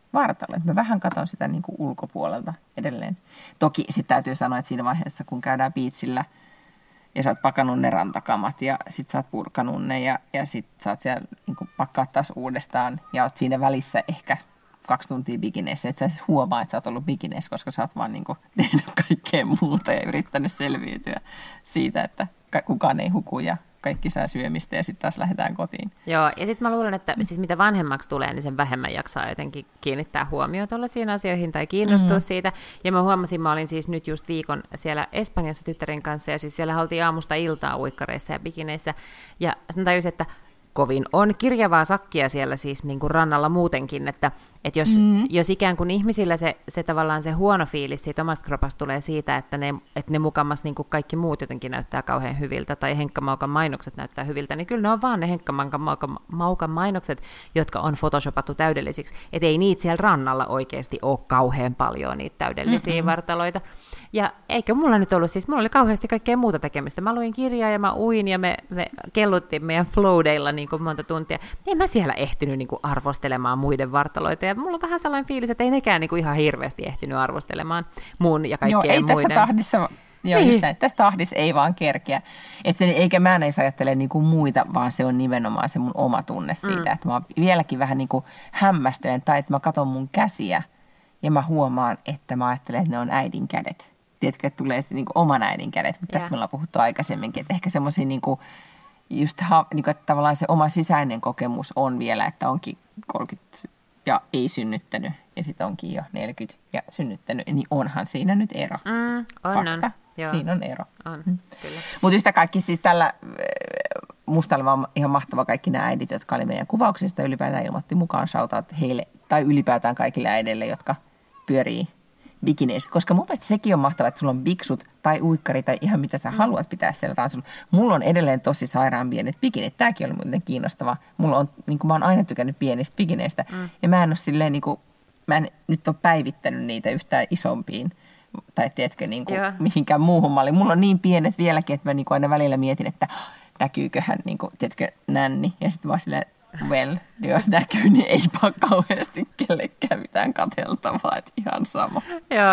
vartalo. Mä vähän katon sitä niin kuin ulkopuolelta edelleen. Toki sitten täytyy sanoa, että siinä vaiheessa, kun käydään beachillä ja sä oot pakannut ne rantakamat ja sit sä oot purkanut ne ja sit sä oot siellä niin kuin pakkaat taas uudestaan ja oot siinä välissä ehkä 2 tuntia bikineissä. Et sä huomaa, että sä oot ollut bikineissä, koska sä oot vaan niin kuin tehnyt kaikkea muuta ja yrittänyt selviytyä siitä, että kukaan ei huku ja kaikki saa syömistä ja sitten taas lähdetään kotiin. Joo, ja sitten mä luulen, että siis mitä vanhemmaksi tulee, niin sen vähemmän jaksaa jotenkin kiinnittää huomioon tuollaisiin asioihin tai kiinnostua siitä. Ja mä huomasin, mä olin siis nyt just viikon siellä Espanjassa tyttären kanssa, ja siis siellä oltiin aamusta iltaa uikkareissa ja bikineissä, ja mä tajusin, että kovin on kirjavaa sakkia siellä siis niin kuin rannalla muutenkin, että jos ikään kuin ihmisillä se tavallaan se huono fiilis siitä omasta kropasta tulee siitä, että ne mukamas niin kuin kaikki muut jotenkin näyttää kauhean hyviltä, tai Henkka-Maukan mainokset näyttää hyviltä, niin kyllä ne on vaan ne Henkka-Maukan mainokset, jotka on photoshopattu täydellisiksi, että ei niitä siellä rannalla oikeasti ole kauhean paljon niitä täydellisiä vartaloita. Ja eikö mulla nyt ollut, siis mulla oli kauheasti kaikkea muuta tekemistä. Mä luin kirjaa ja mä uin ja me kelluttiin meidän flow-daylla niin kuin monta tuntia. En mä siellä ehtinyt niin kuin arvostelemaan muiden vartaloita. Ja mulla on vähän sellainen fiilis, että ei nekään niin kuin ihan hirveästi ehtinyt arvostelemaan mun ja kaikkien muiden. Joo, ei tässä tahdissa, just näin, tässä tahdissa ei vaan kerkeä. Eikä mä edes ajattele niin kuin muita, vaan se on nimenomaan se mun oma tunne siitä. Että mä vieläkin vähän niin kuin hämmästelen tai että mä katson mun käsiä ja mä huomaan, että mä ajattelen, että ne on äidin kädet. Tiedätkö, että tulee niin kuin oman äidin kädet, mutta tästä me ollaan puhuttu aikaisemminkin, että ehkä semmoisia niin kuin, just niin kuin, että tavallaan se oma sisäinen kokemus on vielä, että onkin 30 ja ei synnyttänyt ja sitten onkin jo 40 ja synnyttänyt, niin onhan siinä nyt ero. Fakta, siinä on ero. Mutta yhtä kaikki siis tällä, musta oli vaan ihan mahtava kaikki nämä äidit, jotka oli meidän kuvauksesta ylipäätään ilmoitti mukaan shoutout heille tai ylipäätään kaikille äideille, jotka pyörii bikineissä, koska mun mielestä sekin on mahtavaa, että sulla on biksut tai uikkari tai ihan mitä sä haluat pitää siellä ransulla. Mulla on edelleen tosi sairaan pienet bikinit. Tääkin oli muuten kiinnostavaa. Mulla on, niin kuin mä oon aina tykännyt pienistä bikineistä ja mä en ole silleen, niin kuin, mä en nyt ole päivittänyt niitä yhtään isompiin tai tiedätkö, niin kuin, mihinkään muuhun malliin. Mulla on niin pienet vieläkin, että mä niin kuin aina välillä mietin, että näkyyköhän, niin kuin, tiedätkö, nänni ja sitten vaan silleen, well, jos näkyy, niin eipä kauheasti kellekään mitään katseltavaa, että ihan sama.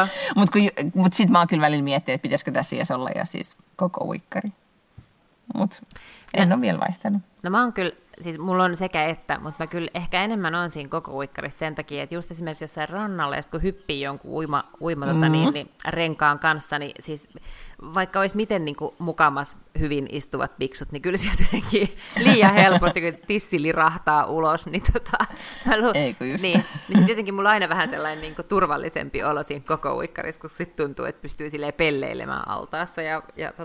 Mutta sitten mä oon kyllä välillä miettinyt, että pitäisikö tässä iässä olla ja siis koko uikkari. Mutta en ole vielä vaihtanut. No mä oon kyllä, siis mulla on sekä että, mutta mä kyllä ehkä enemmän on siinä koko uikkarissa sen takia, että just esimerkiksi jossain rannalla, ja kun hyppii jonkun uima niin renkaan kanssa, niin siis vaikka olisi miten niin kuin mukamas hyvin istuvat biksut, niin kyllä sieltä jotenkin liian helposti, kun tissi lirahtaa ulos, niin Eikö just? Niin sitten jotenkin mulla on aina vähän sellainen niin kuin turvallisempi olo siinä koko uikkarissa, kun sitten tuntuu, että pystyy silleen pelleilemään altaassa ja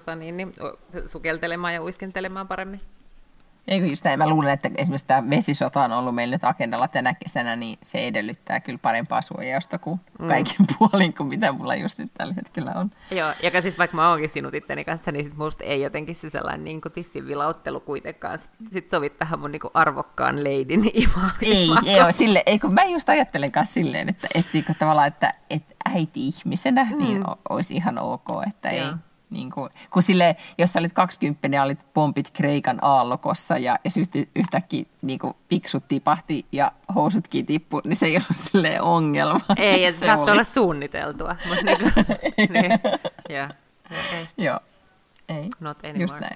sukeltelemaan ja uiskentelemaan paremmin. Eikö just näin? Mä luulen, että esimerkiksi tämä vesisota on ollut meillä nyt agendalla tänä kesänä, niin se edellyttää kyllä parempaa suojausta kuin kaiken puolin kuin mitä mulla just nyt tällä hetkellä on. Joo, ja siis vaikka mä oonkin sinut itteni kanssa, niin sit musta ei jotenkin se sellainen niin kuin tissin vilauttelu kuitenkaan sit sovit tähän mun niin kuin arvokkaan leidin imagoon. Ei, kun mä just ajattelen kanssa silleen, että tavallaan, että äiti-ihmisenä niin olisi ihan ok, että ei. Niin kun silleen, jos sä olit 20 ja olit pompit Kreikan aallokossa ja yhtäkkiä niin piksut tipahti ja housutkin tippu, niin se ei ollut silleen ongelma. Ei, ja se saattoi olla suunniteltua. Mutta niin kuin, niin, Joo, ei. Not anymore. Just näin.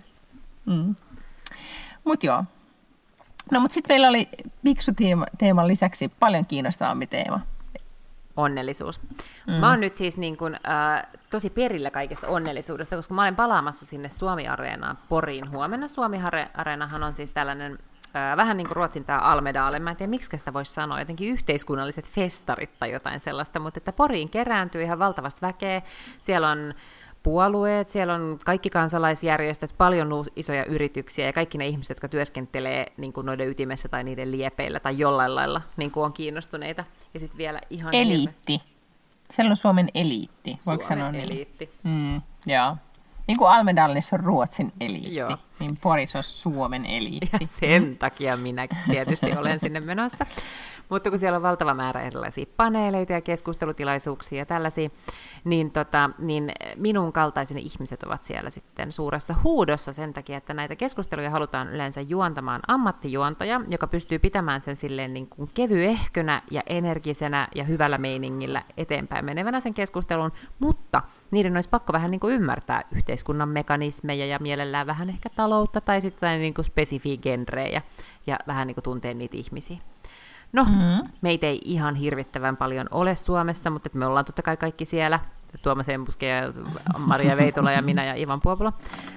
Mutta joo. No mutta sitten meillä oli biksu-teeman lisäksi paljon kiinnostavampi teema. Onnellisuus. Mä oon nyt siis niin kun, tosi perillä kaikesta onnellisuudesta, koska mä olen palaamassa sinne Suomi-areenaan Poriin huomenna. Suomi-areenahan on siis tällainen vähän niin kuin Ruotsin tämä Almedalen. Mä en tiedä, miksi sitä voisi sanoa, jotenkin yhteiskunnalliset festarit tai jotain sellaista, mutta että Poriin kerääntyy ihan valtavasti väkeä. Siellä on puolueet, siellä on kaikki kansalaisjärjestöt, paljon isoja yrityksiä ja kaikki ne ihmiset, jotka työskentelee niin kuin noiden ytimessä tai niiden liepeillä tai jollain lailla niin kuin on kiinnostuneita. Ja sitten vielä ihan eliitti. Siellä on Suomen eliitti. Voiko Suomen sanoa eliitti. Joo. Niin kuin Almedalissa on Ruotsin eliitti. Joo. Niin Poris on Suomen eliitti. Ja sen takia minä tietysti olen sinne menossa. Mutta kun siellä on valtava määrä erilaisia paneeleita ja keskustelutilaisuuksia ja tällaisia, niin minun kaltaiseni ihmiset ovat siellä sitten suuressa huudossa sen takia, että näitä keskusteluja halutaan yleensä juontamaan ammattijuontaja, joka pystyy pitämään sen silleen niin kuin kevyehkönä ja energisenä ja hyvällä meiningillä eteenpäin menevänä sen keskustelun, mutta niiden olisi pakko vähän niin kuin ymmärtää yhteiskunnan mekanismeja ja mielellään vähän ehkä taloutta tai sitten niin kuin spesifiä genrejä ja vähän niin kuin tuntee niitä ihmisiä. No, meitä ei ihan hirvittävän paljon ole Suomessa, mutta me ollaan totta kai kaikki siellä. Tuomas Embuske ja Maria Veitola ja minä ja Ivan Puopula,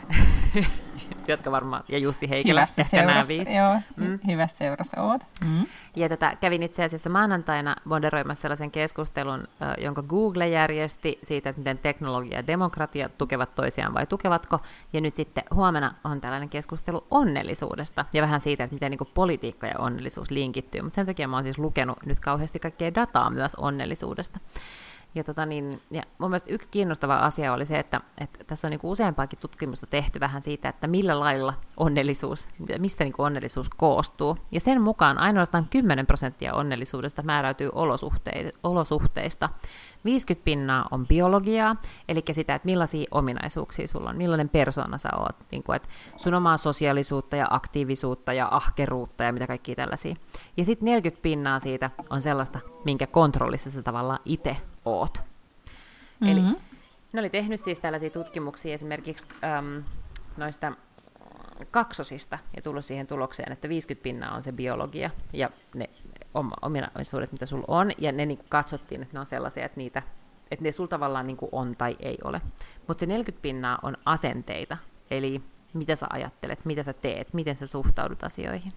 jotka varmaan, ja Jussi Heikelä, hyvässä ehkä nämä seurassa, 5. Joo, hyvässä seurassa oot. Ja kävin itse asiassa maanantaina moderoimassa sellaisen keskustelun, jonka Google järjesti siitä, että miten teknologia ja demokratia tukevat toisiaan vai tukevatko. Ja nyt sitten huomenna on tällainen keskustelu onnellisuudesta ja vähän siitä, että miten niin kuin politiikka ja onnellisuus linkittyy. Mutta sen takia mä oon siis lukenut nyt kauheasti kaikkea dataa myös onnellisuudesta. Ja mun mielestä yksi kiinnostava asia oli se, että tässä on niinku useampaakin tutkimusta tehty vähän siitä, että millä lailla mistä niinku onnellisuus koostuu. Ja sen mukaan ainoastaan 10% onnellisuudesta määräytyy olosuhteista. 50% on biologiaa, eli sitä, että millaisia ominaisuuksia sulla on, millainen persoona sä oot, niin kuin, että sun omaa sosiaalisuutta ja aktiivisuutta ja ahkeruutta ja mitä kaikkia tällaisia. Ja sitten 40% siitä on sellaista, minkä kontrollissa sä tavallaan itse oot. Eli ne oli tehnyt siis tällaisia tutkimuksia esimerkiksi noista kaksosista ja tullut siihen tulokseen, että 50% on se biologia ja ne ominaisuudet, mitä sulla on, ja ne niin katsottiin, että ne on sellaisia, että ne sulla tavallaan niin on tai ei ole. Mutta se 40% on asenteita, eli mitä sä ajattelet, mitä sä teet, miten sä suhtaudut asioihin.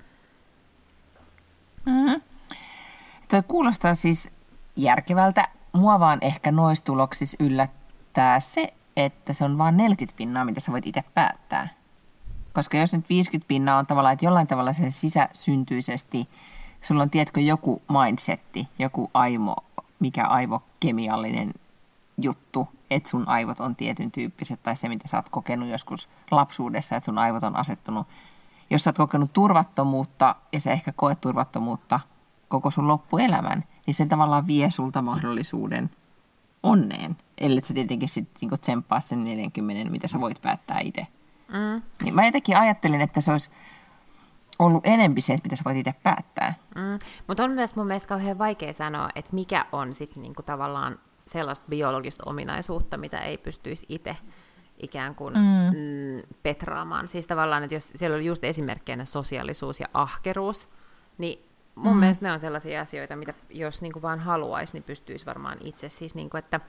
Tuo kuulostaa siis järkevältä. Mua vaan ehkä noissa tuloksissa yllättää se, että se on vain 40%, mitä sä voit itse päättää. Koska jos nyt 50% on tavallaan, että jollain tavalla se sisäsyntyisesti, sulla on, tiedätkö, joku mindsetti, joku mikä aivokemiallinen juttu, että sun aivot on tietyn tyyppiset, tai se, mitä sä oot kokenut joskus lapsuudessa, että sun aivot on asettunut, jos sä oot kokenut turvattomuutta, ja sä ehkä koet turvattomuutta koko sun loppuelämän, niin se tavallaan vie sulta mahdollisuuden onneen, ellei sä tietenkin sitten niinku tsemppaa sen 40, mitä sä voit päättää itse. Niin mä jotenkin ajattelin, että se olisi ollut enempi se, että mitä sä voit itse päättää. Mutta on myös mun mielestä kauhean vaikea sanoa, että mikä on sitten niinku tavallaan sellaista biologista ominaisuutta, mitä ei pystyisi itse ikään kuin petraamaan. Siis tavallaan, että jos siellä oli just esimerkkeinä sosiaalisuus ja ahkeruus, niin mun mielestä ne on sellaisia asioita, mitä jos niinku vaan haluaisi, niin pystyisi varmaan itse. Siis niinku, että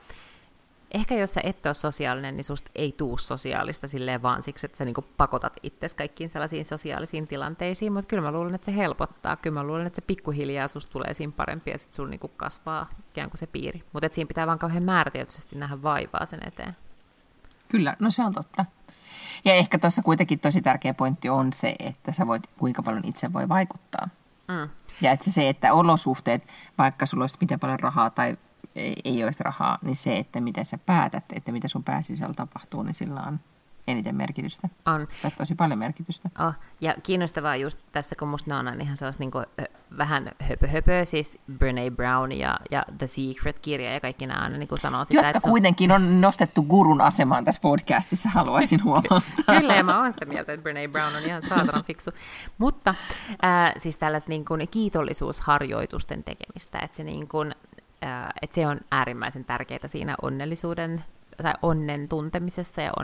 ehkä jos sä et ole sosiaalinen, niin susta ei tuu sosiaalista silleen vaan siksi, että sä niinku pakotat itsesi kaikkiin sellaisiin sosiaalisiin tilanteisiin, mutta kyllä mä luulen, että se helpottaa. Kyllä mä luulen, että se pikkuhiljaa susta tulee siinä parempi ja sitten sulla niinku kasvaa ikään kuin se piiri. Mutta siinä pitää vaan kauhean määrätietoisesti nähdä vaivaa sen eteen. Kyllä, no se on totta. Ja ehkä tuossa kuitenkin tosi tärkeä pointti on se, että sä voit, kuinka paljon itse voi vaikuttaa. Ja että se, että olosuhteet, vaikka sulla olisi miten paljon rahaa tai ei olisi rahaa, niin se, että miten sä päätät, että mitä sun pääsisällä tapahtuu, niin sillä on eniten merkitystä. On. Tai tosi paljon merkitystä. Oh. Ja kiinnostavaa just tässä, kun musta ne on ihan sellaista niin kuin, vähän höpö, siis Brené Brown ja The Secret-kirja ja kaikki nämä aina niin kuin sanoo sitä. Jotka kuitenkin on nostettu gurun asemaan tässä podcastissa, haluaisin huomauttaa. Kyllä, ja mä oon sitä mieltä, että Brené Brown on ihan saatanan fiksu. Mutta siis tällaista niin kuin kiitollisuusharjoitusten tekemistä, että se niin kuin että se on äärimmäisen tärkeää siinä onnellisuuden tai onnen tuntemisessa ja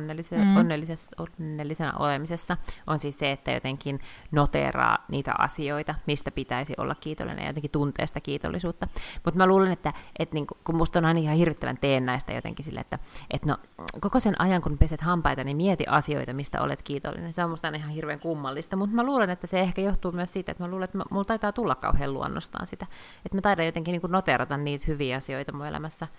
onnellisena olemisessa on siis se, että jotenkin noteeraa niitä asioita, mistä pitäisi olla kiitollinen ja jotenkin tuntee sitä kiitollisuutta. Mutta mä luulen, että niinku, kun musta on aina ihan hirvittävän teennäistä jotenkin sille, että no, koko sen ajan, kun peset hampaita, niin mieti asioita, mistä olet kiitollinen. Se on musta aina ihan hirveän kummallista, mutta mä luulen, että se ehkä johtuu myös siitä, että mä luulen, että mulla taitaa tulla kauhean luonnostaan sitä. Että mä taidan jotenkin niinku noteerata niitä hyviä asioita mun elämässä.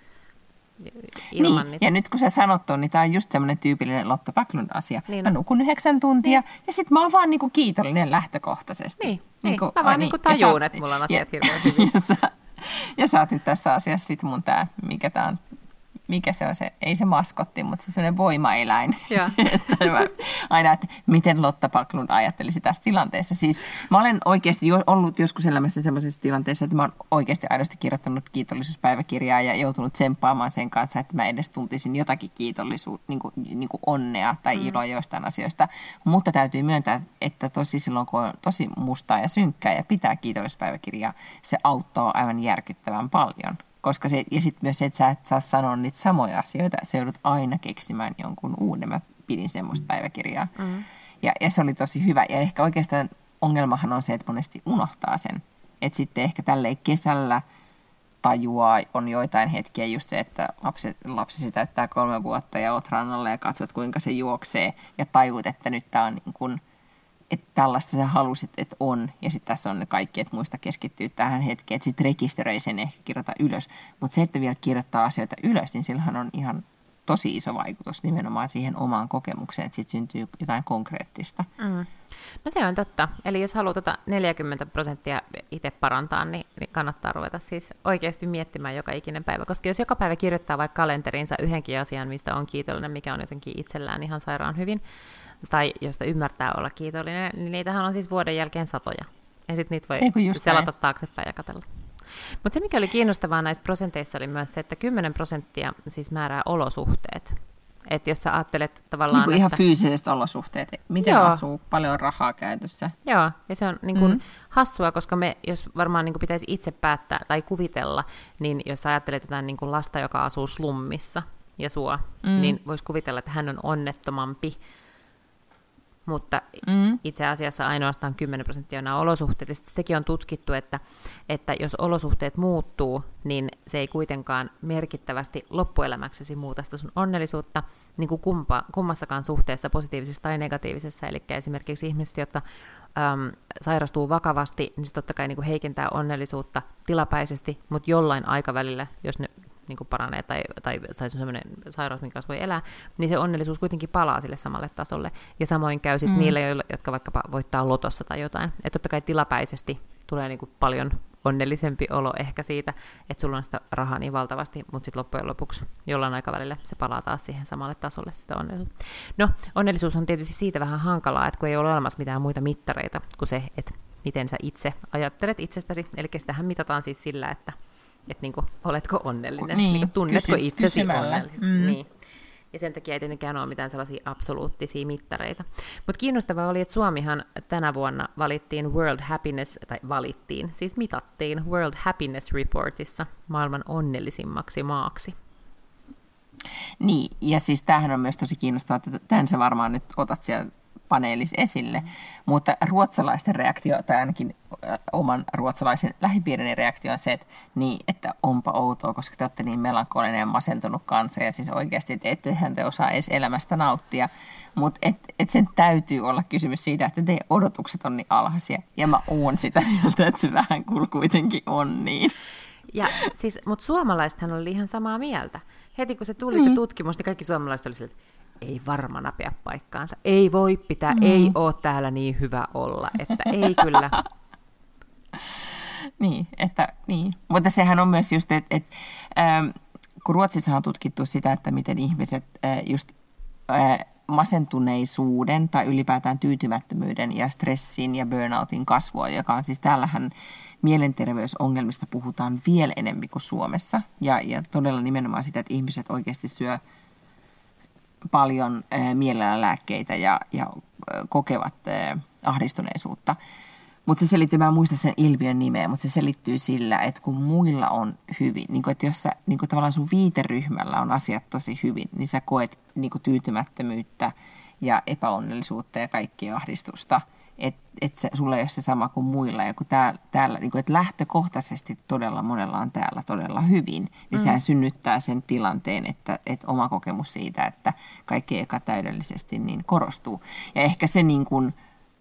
Niin, ja nyt kun sä sanot ton, niin tää on just semmoinen tyypillinen Lotta Backlund-asia. Niin mä nukun 9 tuntia, ja sit mä oon vaan niinku kiitollinen lähtökohtaisesti. Niin. Mä vaan niinku tajuun, että mulla on asiat hirveän hyvin. Ja sä oot nyt tässä asiassa sit mun tää, mikä tää on, mikä se on se, ei se maskotti, mutta se sellainen voimaeläin. Että aina, että miten Lotta Backlund ajattelisi tässä tilanteessa. Siis mä olen oikeasti ollut joskus elämässä sellaisessa tilanteessa, että mä oon oikeasti aidosti kirjoittanut kiitollisuuspäiväkirjaa ja joutunut tsemppaamaan sen kanssa, että mä edes tuntisin jotakin kiitollisuutta, niin kuin onnea tai iloa joistain asioista. Mutta täytyy myöntää, että tosi silloin, kun on tosi mustaa ja synkkää ja pitää kiitollisuuspäiväkirjaa, se auttaa aivan järkyttävän paljon. Koska se, ja sitten myös se, että sä et saa sanoa niitä samoja asioita, se joudut aina keksimään jonkun uuden. Mä pidin semmoista päiväkirjaa. Ja se oli tosi hyvä. Ja ehkä oikeastaan ongelmahan on se, että monesti unohtaa sen. Että sitten ehkä tälleen kesällä tajuaa, on joitain hetkiä just se, että lapsesi täyttää 3 vuotta ja oot rannalla ja katsot, kuinka se juoksee. Ja tajuut, että nyt tää on niin kuin, että tällaista sä halusit, että on. Ja sitten tässä on ne kaikki, että muista keskittyä tähän hetkeen. Että sitten rekisteröi sen ehkä kirjoita ylös. Mutta se, että vielä kirjoittaa asioita ylös, niin sillähän on ihan tosi iso vaikutus nimenomaan siihen omaan kokemukseen. Että sitten syntyy jotain konkreettista. No se on totta. Eli jos haluaa 40% itse parantaa, niin kannattaa ruveta siis oikeasti miettimään joka ikinen päivä. Koska jos joka päivä kirjoittaa vaikka kalenteriinsa yhdenkin asian, mistä on kiitollinen, mikä on jotenkin itsellään ihan sairaan hyvin, tai josta ymmärtää olla kiitollinen, niin niitähän on siis vuoden jälkeen satoja. Ja sitten niitä voi selata taaksepäin ja katsella. Mutta se, mikä oli kiinnostavaa näissä prosenteissa, oli myös se, että 10% siis määrää olosuhteet. Että jos sä ajattelet tavallaan... Niin ihan fyysiset olosuhteet. Miten asuu, paljon rahaa käytössä. Joo, ja se on niin kuin hassua, koska me, jos varmaan niin kuin pitäisi itse päättää tai kuvitella, niin jos sä ajattelet jotain niin kuin lasta, joka asuu slummissa ja sua, niin voisi kuvitella, että hän on onnettomampi. Mutta itse asiassa ainoastaan 10% on nämä olosuhteet. Ja sitäkin on tutkittu, että jos olosuhteet muuttuu, niin se ei kuitenkaan merkittävästi loppuelämäksesi muuta sitä sun onnellisuutta niin kuin kummassakaan suhteessa, positiivisessa tai negatiivisessa. Eli esimerkiksi ihmiset, jotka sairastuu vakavasti, niin se totta kai niin kuin heikentää onnellisuutta tilapäisesti, mutta jollain aikavälillä, jos ne niin kuin paranee tai se on sellainen sairaus, minkä kanssa voi elää, niin se onnellisuus kuitenkin palaa sille samalle tasolle. Ja samoin käy sitten niille, jotka vaikkapa voittaa lotossa tai jotain. Että totta kai tilapäisesti tulee niin kuin paljon onnellisempi olo ehkä siitä, että sulla on sitä rahaa niin valtavasti, mutta sitten loppujen lopuksi jollain aikavälillä se palaa taas siihen samalle tasolle sitä onnellisuutta. No, onnellisuus on tietysti siitä vähän hankalaa, että kun ei ole olemassa mitään muita mittareita kuin se, että miten sä itse ajattelet itsestäsi. Eli sitähän mitataan siis sillä, että niin kuin, oletko onnellinen, niin kuin, tunnetko itsesi onnelliseksi. Niin. Ja sen takia ei tietenkään ole mitään sellaisia absoluuttisia mittareita. Mutta kiinnostavaa oli, että Suomihan tänä vuonna valittiin mitattiin World Happiness Reportissa maailman onnellisimmaksi maaksi. Niin, ja siis tämähän on myös tosi kiinnostavaa, että tämän sä varmaan nyt otat siellä paneelissa esille, mutta ruotsalaisten reaktio, tai ainakin oman ruotsalaisen lähipiirini reaktio on se, että onpa outoa, koska te olette niin melankolinen ja masentunut kanssa, ja siis oikeasti, että ettehän te osaa edes elämästä nauttia, mutta sen täytyy olla kysymys siitä, että teidän odotukset on niin alhaisia, ja mä oon sitä mieltä, että se vähän kuitenkin on niin. Ja siis, mutta suomalaisethan oli ihan samaa mieltä. Heti kun se tuli se tutkimus, niin kaikki suomalaiset oli sille, ei varmana pidä paikkaansa. Ei voi pitää, ei ole täällä niin hyvä olla, että ei kyllä. niin. Mutta sehän on myös just, että kun Ruotsissa on tutkittu sitä, että miten ihmiset just masentuneisuuden tai ylipäätään tyytymättömyyden ja stressin ja burnoutin kasvua, joka on siis täällähän mielenterveysongelmista puhutaan vielä enemmän kuin Suomessa. Ja todella nimenomaan sitä, että ihmiset oikeasti syö paljon mielellä lääkkeitä ja kokevat ahdistuneisuutta. Mutta se selittyy, mä en muista sen ilmiön nimeä, mutta se selittyy sillä, että kun muilla on hyvin, niin kun, että jos sä, niin kun tavallaan sun viiteryhmällä on asiat tosi hyvin, niin sä koet niin kun tyytymättömyyttä ja epäonnellisuutta ja kaikkia ahdistusta, että sulla ei ole se sama kuin muilla. Ja kun täällä niin kun, että lähtökohtaisesti todella monella on täällä todella hyvin, niin sehän synnyttää sen tilanteen, että oma kokemus siitä, että kaikki ei täydellisesti niin korostuu. Ja ehkä se, niin kun,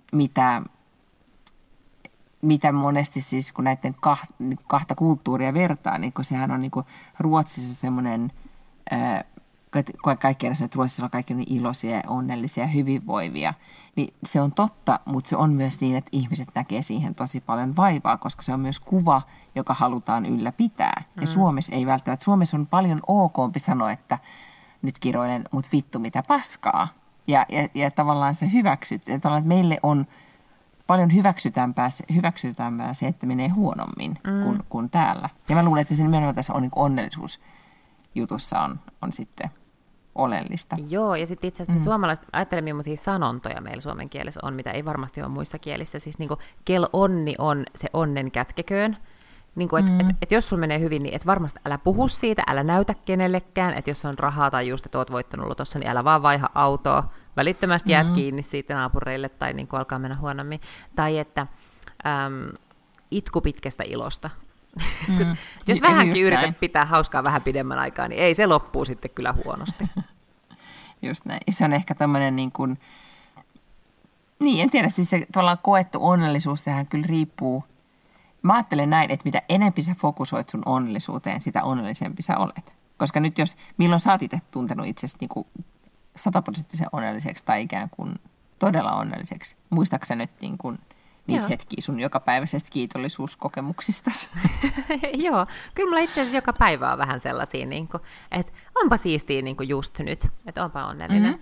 mitä monesti siis, kun näiden kahta kulttuuria vertaa, niin kun sehän on niin kun Ruotsissa semmoinen kaikki sanoo, että Ruotsissa on kaikki niin iloisia ja onnellisia ja hyvinvoivia. Niin se on totta, mutta se on myös niin, että ihmiset näkee siihen tosi paljon vaivaa, koska se on myös kuva, joka halutaan ylläpitää. Ja Suomessa ei välttämättä. Suomessa on paljon okompi sanoa, että nyt kiroilen, mutta vittu mitä paskaa. Ja tavallaan se hyväksyt. Ja tavallaan, että meille on paljon hyväksytämpää se, että menee huonommin kuin täällä. Ja mä luulen, että se nimenomaan tässä on niin onnellisuusjutussa on sitten oleellista. Joo, ja sitten itse asiassa me suomalaiset ajattelemme, millaisia sanontoja meillä suomen kielessä on, mitä ei varmasti ole muissa kielissä. Siis niin kuin, kel onni on, se onnen kätkeköön. Niin kuin, et jos sulla menee hyvin, niin et varmasti älä puhu siitä, älä näytä kenellekään, että jos on rahaa tai just, että oot voittanut lotossa, niin älä vaan vaiha autoa, välittömästi jäät kiinni siitä naapureille tai niin kuin alkaa mennä huonommin. Tai että itku pitkästä ilosta. Jos vähänkin yrität pitää hauskaa vähän pidemmän aikaa, niin ei se loppuu sitten kyllä huonosti. Just näin. Se on ehkä tämmöinen niin kuin, niin en tiedä, siis se tavallaan koettu onnellisuus, sehän kyllä riippuu. Mä ajattelen näin, että mitä enemmän sä fokusoit sun onnellisuuteen, sitä onnellisempi sä olet. Koska nyt milloin sä oot itse tuntenut itsesi niin kuin 100% onnelliseksi tai ikään kuin todella onnelliseksi, muistaaksä nyt niin kuin niitä hetkiä sun jokapäiväisestä kiitollisuuskokemuksistasi? Joo, kyllä mulla itse asiassa joka päivä on vähän sellaisia, niin kuin, että onpa siistiä niin kuin just nyt, että onpa onnellinen.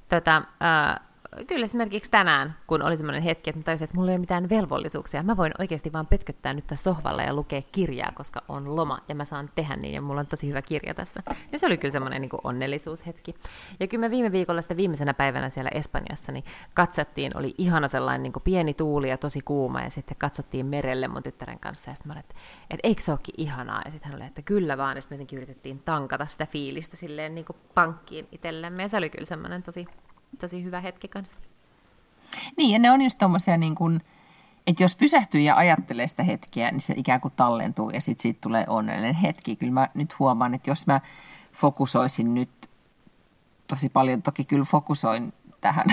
Kyllä esimerkiksi tänään, kun oli semmoinen hetki, että mä tajusin, että mulla ei ole mitään velvollisuuksia. Mä voin oikeasti vaan pötköttää nyt tässä sohvalla ja lukea kirjaa, koska on loma ja mä saan tehdä niin ja mulla on tosi hyvä kirja tässä. Ja se oli kyllä semmoinen niin kuin onnellisuushetki. Ja kyllä me viime viikolla sitten viimeisenä päivänä siellä Espanjassa niin katsottiin, oli ihana sellainen niin kuin pieni tuuli ja tosi kuuma ja sitten katsottiin merelle mun tyttären kanssa ja sitten mä olin, että eikö se olekin ihanaa? Ja sitten hän oli, että kyllä vaan ja sitten me jotenkin yritettiin tankata sitä fiilistä silleen niin kuin pankkiin itsellemme ja se oli kyllä semmoinen tosi hyvä hetki kanssa. Niin, ja ne on just tommosia niin kuin, että jos pysähtyy ja ajattelee sitä hetkeä, niin se ikään kuin tallentuu ja sitten siitä tulee onnellinen hetki. Kyllä mä nyt huomaan, että jos mä fokusoisin nyt tosi paljon, toki kyllä fokusoin tähän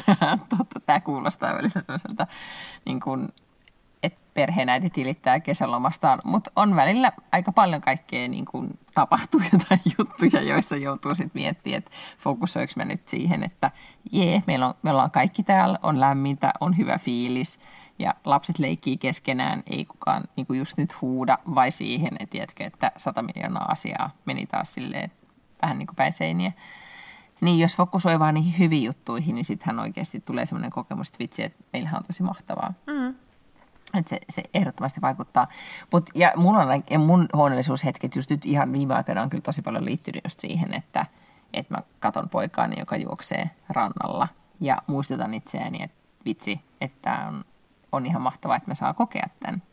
tämä kuulostaa välillä sellaiselta, niin kuin, että perheenäiti tilittää kesälomastaan, mutta on välillä aika paljon kaikkea niin kuin tapahtuu jotain juttuja, joissa joutuu sitten miettimään, että fokusoinko mä nyt siihen, että me ollaan kaikki täällä, on lämmintä, on hyvä fiilis ja lapset leikkii keskenään, ei kukaan niin kuin just nyt huuda, vai siihen, että tiedätkö, että 100 miljoonaa asiaa meni taas silleen vähän niin kuin päin seiniä. Niin jos fokusoi vaan niihin hyviin juttuihin, niin sittenhän oikeasti tulee semmoinen kokemus, että vitsi, että meillähän on tosi mahtavaa. Että se ehdottomasti vaikuttaa. Ja mun onnellisuushetket just nyt ihan viime aikoina on kyllä tosi paljon liittynyt just siihen, että mä katon poikaani, joka juoksee rannalla ja muistutan itseäni, että vitsi, että on ihan mahtavaa, että mä saan kokea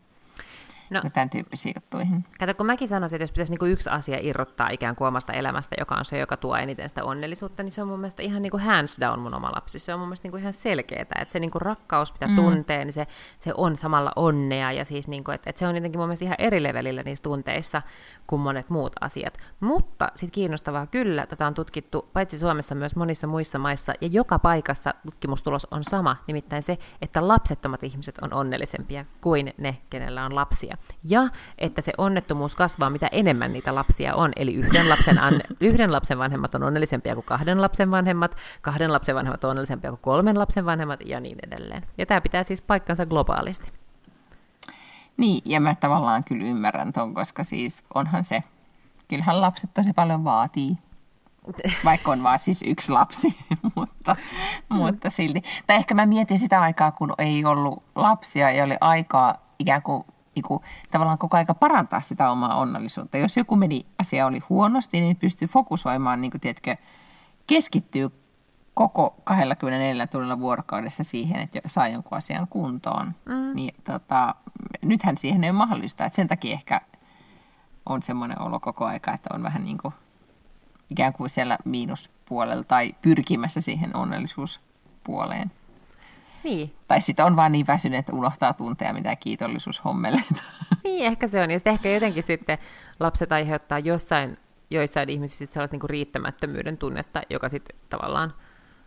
tämän tyyppisiin juttuihin. Kato, kun mäkin sanoisin, että jos pitäisi niinku yksi asia irrottaa ikään kuin omasta elämästä, joka on se, joka tuo eniten sitä onnellisuutta, niin se on mun mielestä ihan niinku hands down mun oma lapsi. Se on mun mielestä niinku ihan selkeää, että se niinku rakkaus, mitä tuntee, niin se on samalla onnea. Ja siis niinku, että se on jotenkin mun mielestä ihan eri levelillä niissä tunteissa kuin monet muut asiat. Mutta sitten kiinnostavaa kyllä, tätä on tutkittu paitsi Suomessa myös monissa muissa maissa, ja joka paikassa tutkimustulos on sama, nimittäin se, että lapsettomat ihmiset on onnellisempia kuin ne, kenellä on lapsia. Ja että se onnettomuus kasvaa, mitä enemmän niitä lapsia on. Eli yhden lapsen vanhemmat on onnellisempia kuin 2 lapsen vanhemmat, 2 lapsen vanhemmat on onnellisempia kuin 3 lapsen vanhemmat ja niin edelleen. Ja tämä pitää siis paikkansa globaalisti. Niin, ja mä tavallaan kyllä ymmärrän ton, koska siis onhan se, kyllähän lapset tosi paljon vaatii. Vaikka on vaan siis yksi lapsi, mutta silti. Tai ehkä mä mietin sitä aikaa, kun ei ollut lapsia ja oli aikaa ikään kuin tavallaan koko aika parantaa sitä omaa onnellisuutta. Jos joku asia oli huonosti, niin pystyy fokusoimaan, niin kuin tiedätkö, keskittyy koko 24 tunnilla vuorokaudessa siihen, että saa jonkun asian kuntoon. Niin, nythän siihen ei ole mahdollista. Että sen takia ehkä on semmoinen olo koko aika, että on vähän niin kuin ikään kuin siellä miinuspuolella tai pyrkimässä siihen onnellisuuspuoleen. Niin. Tai sitten on vaan niin väsynyt, että unohtaa tuntea mitään kiitollisuushommeleita. Niin, ehkä se on. Ja sitten ehkä jotenkin sitten lapset aiheuttaa joissain ihmisissä sellaista niinku riittämättömyyden tunnetta, joka sitten tavallaan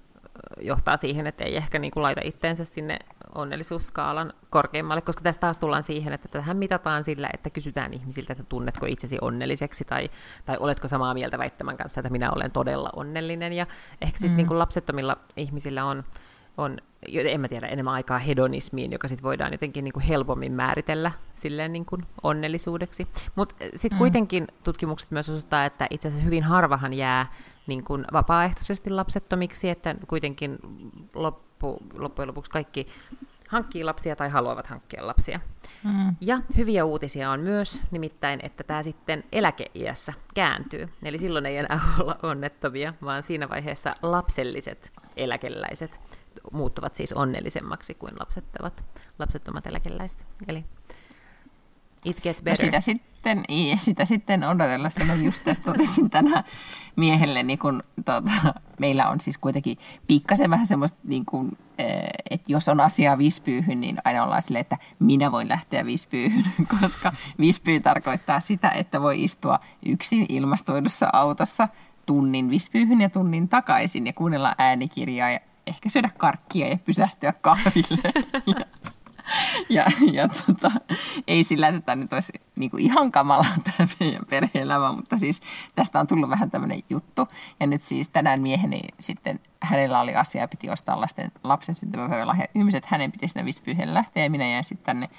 johtaa siihen, että ei ehkä niin kuin laita itteensä sinne onnellisuusskaalan korkeimmalle, koska tästä taas tullaan siihen, että tähän mitataan sillä, että kysytään ihmisiltä, että tunnetko itsesi onnelliseksi, tai oletko samaa mieltä väittämän kanssa, että minä olen todella onnellinen, ja ehkä sitten niin kuin lapsettomilla ihmisillä on, en mä tiedä, enemmän aikaa hedonismiin, joka sitten voidaan jotenkin niin kuin helpommin määritellä silleen niin kuin onnellisuudeksi. Mutta sitten kuitenkin tutkimukset myös osoittaa, että itse asiassa hyvin harvahan jää niin kuin vapaaehtoisesti lapsettomiksi, että kuitenkin loppujen lopuksi kaikki hankkii lapsia tai haluavat hankkia lapsia. Ja hyviä uutisia on myös, nimittäin, että tämä sitten eläkeiässä kääntyy. Eli silloin ei enää olla onnettomia, vaan siinä vaiheessa lapselliset eläkeläiset muuttuvat siis onnellisemmaksi kuin lapsettomat eläkeläiset. Eli it gets better. No sitä sitten odotellessa. Mä just tästä totesin tänään miehelle, niin kun, meillä on siis kuitenkin pikkasen vähän semmoista, niin kun, että jos on asiaa Vispyyhyn, niin aina ollaan silleen, että minä voin lähteä Vispyyhyn, koska Vispyy tarkoittaa sitä, että voi istua yksin ilmastoidussa autossa tunnin Vispyyhyn ja tunnin takaisin ja kuunnella äänikirjaa ja ehkä syödä karkkia ja pysähtyä kahville. Ei sillä, että tämä nyt olisi niin kuin ihan kamala tämä meidän perhe-elämä, mutta siis tästä on tullut vähän tämmöinen juttu. Ja nyt siis tänään mieheni sitten, hänellä oli asia ja piti ostaa lapsen syntymäpäivälahja. Ymmärsin, että hänen piti sinne Vispyyhelle lähteä ja minä jäin sitten tänne.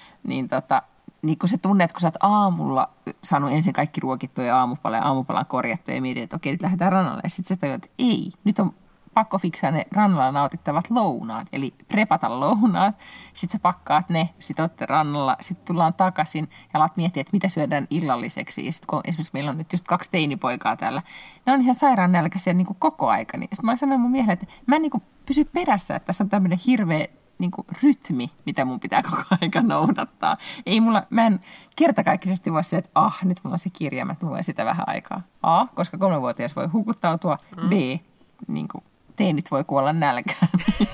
Niin kun se tunne, että kun sä oot aamulla saanut ensin kaikki ruokittua ja aamupalan korjattua ja mietit, että okei, nyt lähdetään rannalle. Ja sitten sä tajuat, että ei, nyt on pakko fiksaa ne rannalla nautittavat lounaat, eli prepata lounaat, sitten sä pakkaat ne, sitten olette rannalla, sitten tullaan takaisin ja alat miettiä, että mitä syödään illalliseksi. Ja sitten kun esimerkiksi meillä on nyt just 2 teinipoikaa täällä, ne on ihan sairaan nälkäisiä niin kuin koko aika. Niin sitten mä sanoin mun miehelle, että mä en niin kuin pysy perässä, että tässä on tämmöinen hirveä niin kuin rytmi, mitä mun pitää koko aika noudattaa. Mä en kertakaikkisesti voi sanoa, että nyt mulla on se kirja, mä luen sitä vähän aikaa. A, koska 3-vuotias voi hukuttautua, B, niin kuin teinit voi kuolla nälkään,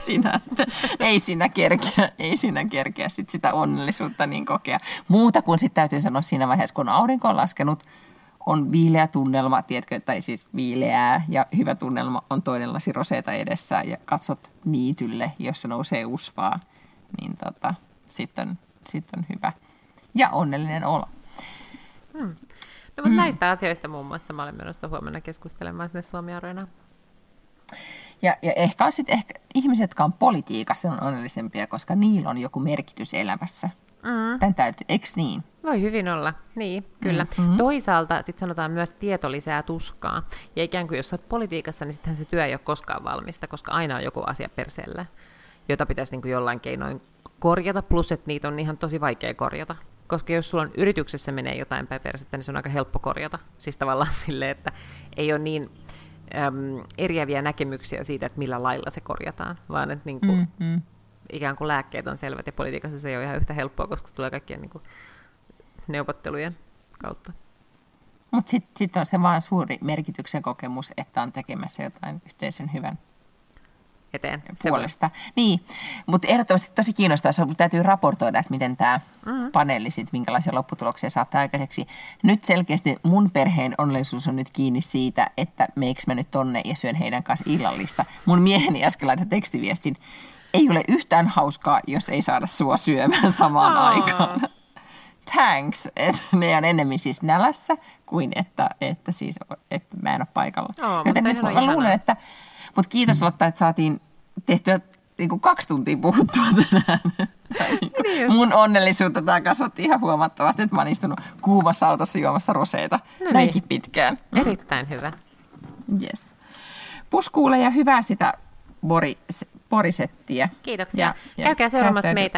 ei siinä kerkeä sit sitä onnellisuutta niin kokea. Muuta kuin sitten täytyy sanoa siinä vaiheessa, kun aurinko on laskenut, on viileä tunnelma, tiedätkö, tai siis viileää ja hyvä tunnelma on toinen lasi roseeta edessä ja katsot niitylle, jossa nousee usvaa, niin sitten on hyvä ja onnellinen olo. No, mutta näistä asioista muun muassa mä olen menossa huomenna keskustelemaan sinne Suomi-areenaan. Ja ehkä on sitten ihmiset, jotka on politiikassa, on onnellisempia, koska niillä on joku merkitys elämässä. Tän täytyy, eikö niin? Voi hyvin olla, niin, kyllä. Toisaalta sitten sanotaan myös, että tieto lisää tuskaa. Ja ikään kuin jos olet politiikassa, niin sittenhän se työ ei ole koskaan valmista, koska aina on joku asia perseellä, jota pitäisi niin kuin jollain keinoin korjata, plus että niitä on ihan tosi vaikea korjata. Koska jos sulla on yrityksessä menee jotain päin persettä, niin se on aika helppo korjata. Siis tavallaan silleen, että ei ole niin eriäviä näkemyksiä siitä, että millä lailla se korjataan, vaan että niin kuin, ikään kuin lääkkeet on selvät ja politiikassa se ei ole ihan yhtä helppoa, koska se tulee kaikkien niin kuin neuvottelujen kautta. Mutta sitten on se vaan suuri merkityksen kokemus, että on tekemässä jotain yhteisön hyvän eteen puolesta. Niin, mutta ehdottomasti tosi kiinnostavaa, täytyy raportoida, että miten tämä paneeli sitten, minkälaisia lopputuloksia saattaa aikaiseksi. Nyt selkeästi mun perheen onnellisuus on nyt kiinni siitä, että meikö mä nyt tonne ja syön heidän kanssa illallista. Mun mieheni äsken laittoi tekstiviestin, ei ole yhtään hauskaa, jos ei saada sua syömään samaan aikaan. Thanks, että ne on enemmän siis nälässä kuin että mä en ole paikalla. Joten nyt mä luulen, että mutta kiitos Lotta, että saatiin tehtyä niin 2 tuntia puhuttua tänään. Mun onnellisuutta tämä kasvatti ihan huomattavasti, että mä oon istunut kuumassa autossa juomassa roseita näinkin pitkään. Erittäin hyvä. Yes. Puskuule ja hyvää sitä Borisettiä. Kiitoksia. Käykää seuraamassa meitä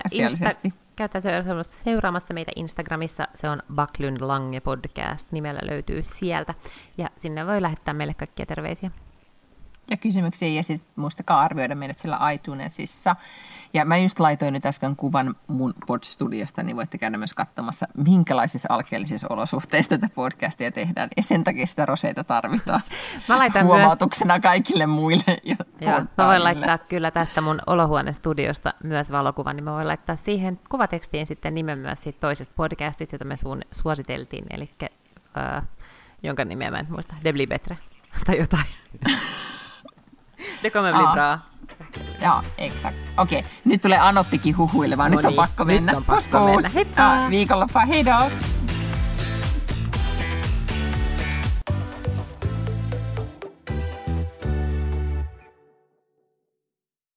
seuraamassa meitä Instagramissa. Se on Backlund Lange Podcast. Nimellä löytyy sieltä. Ja sinne voi lähettää meille kaikkia terveisiä. Ja kysymyksiä, ja sitten muistakaa arvioida meidät siellä iTunesissa. Ja mä just laitoin nyt äsken kuvan mun pod-studiosta, niin voitte käydä myös katsomassa, minkälaisissa alkeellisissa olosuhteissa tätä podcastia tehdään. Ja sen takia sitä roseita tarvitaan. Mä laitan huomautuksena myös kaikille muille. Joo, mä voin laittaa kyllä tästä mun olohuonestudiosta myös valokuvan, niin mä voin laittaa siihen kuvatekstiin sitten nimen myös siitä toisesta podcastista, jota me suositeltiin, eli jonka nimeä mä en muista, Debli Betre tai jotain. Det kommer bli bra. Ja, exakt. Okei, nyt tulee Anoppikin huhuilemaan. Nyt on pakko mennä. Nyt on pakko mennä. Heippa! Viikonloppa, hei då!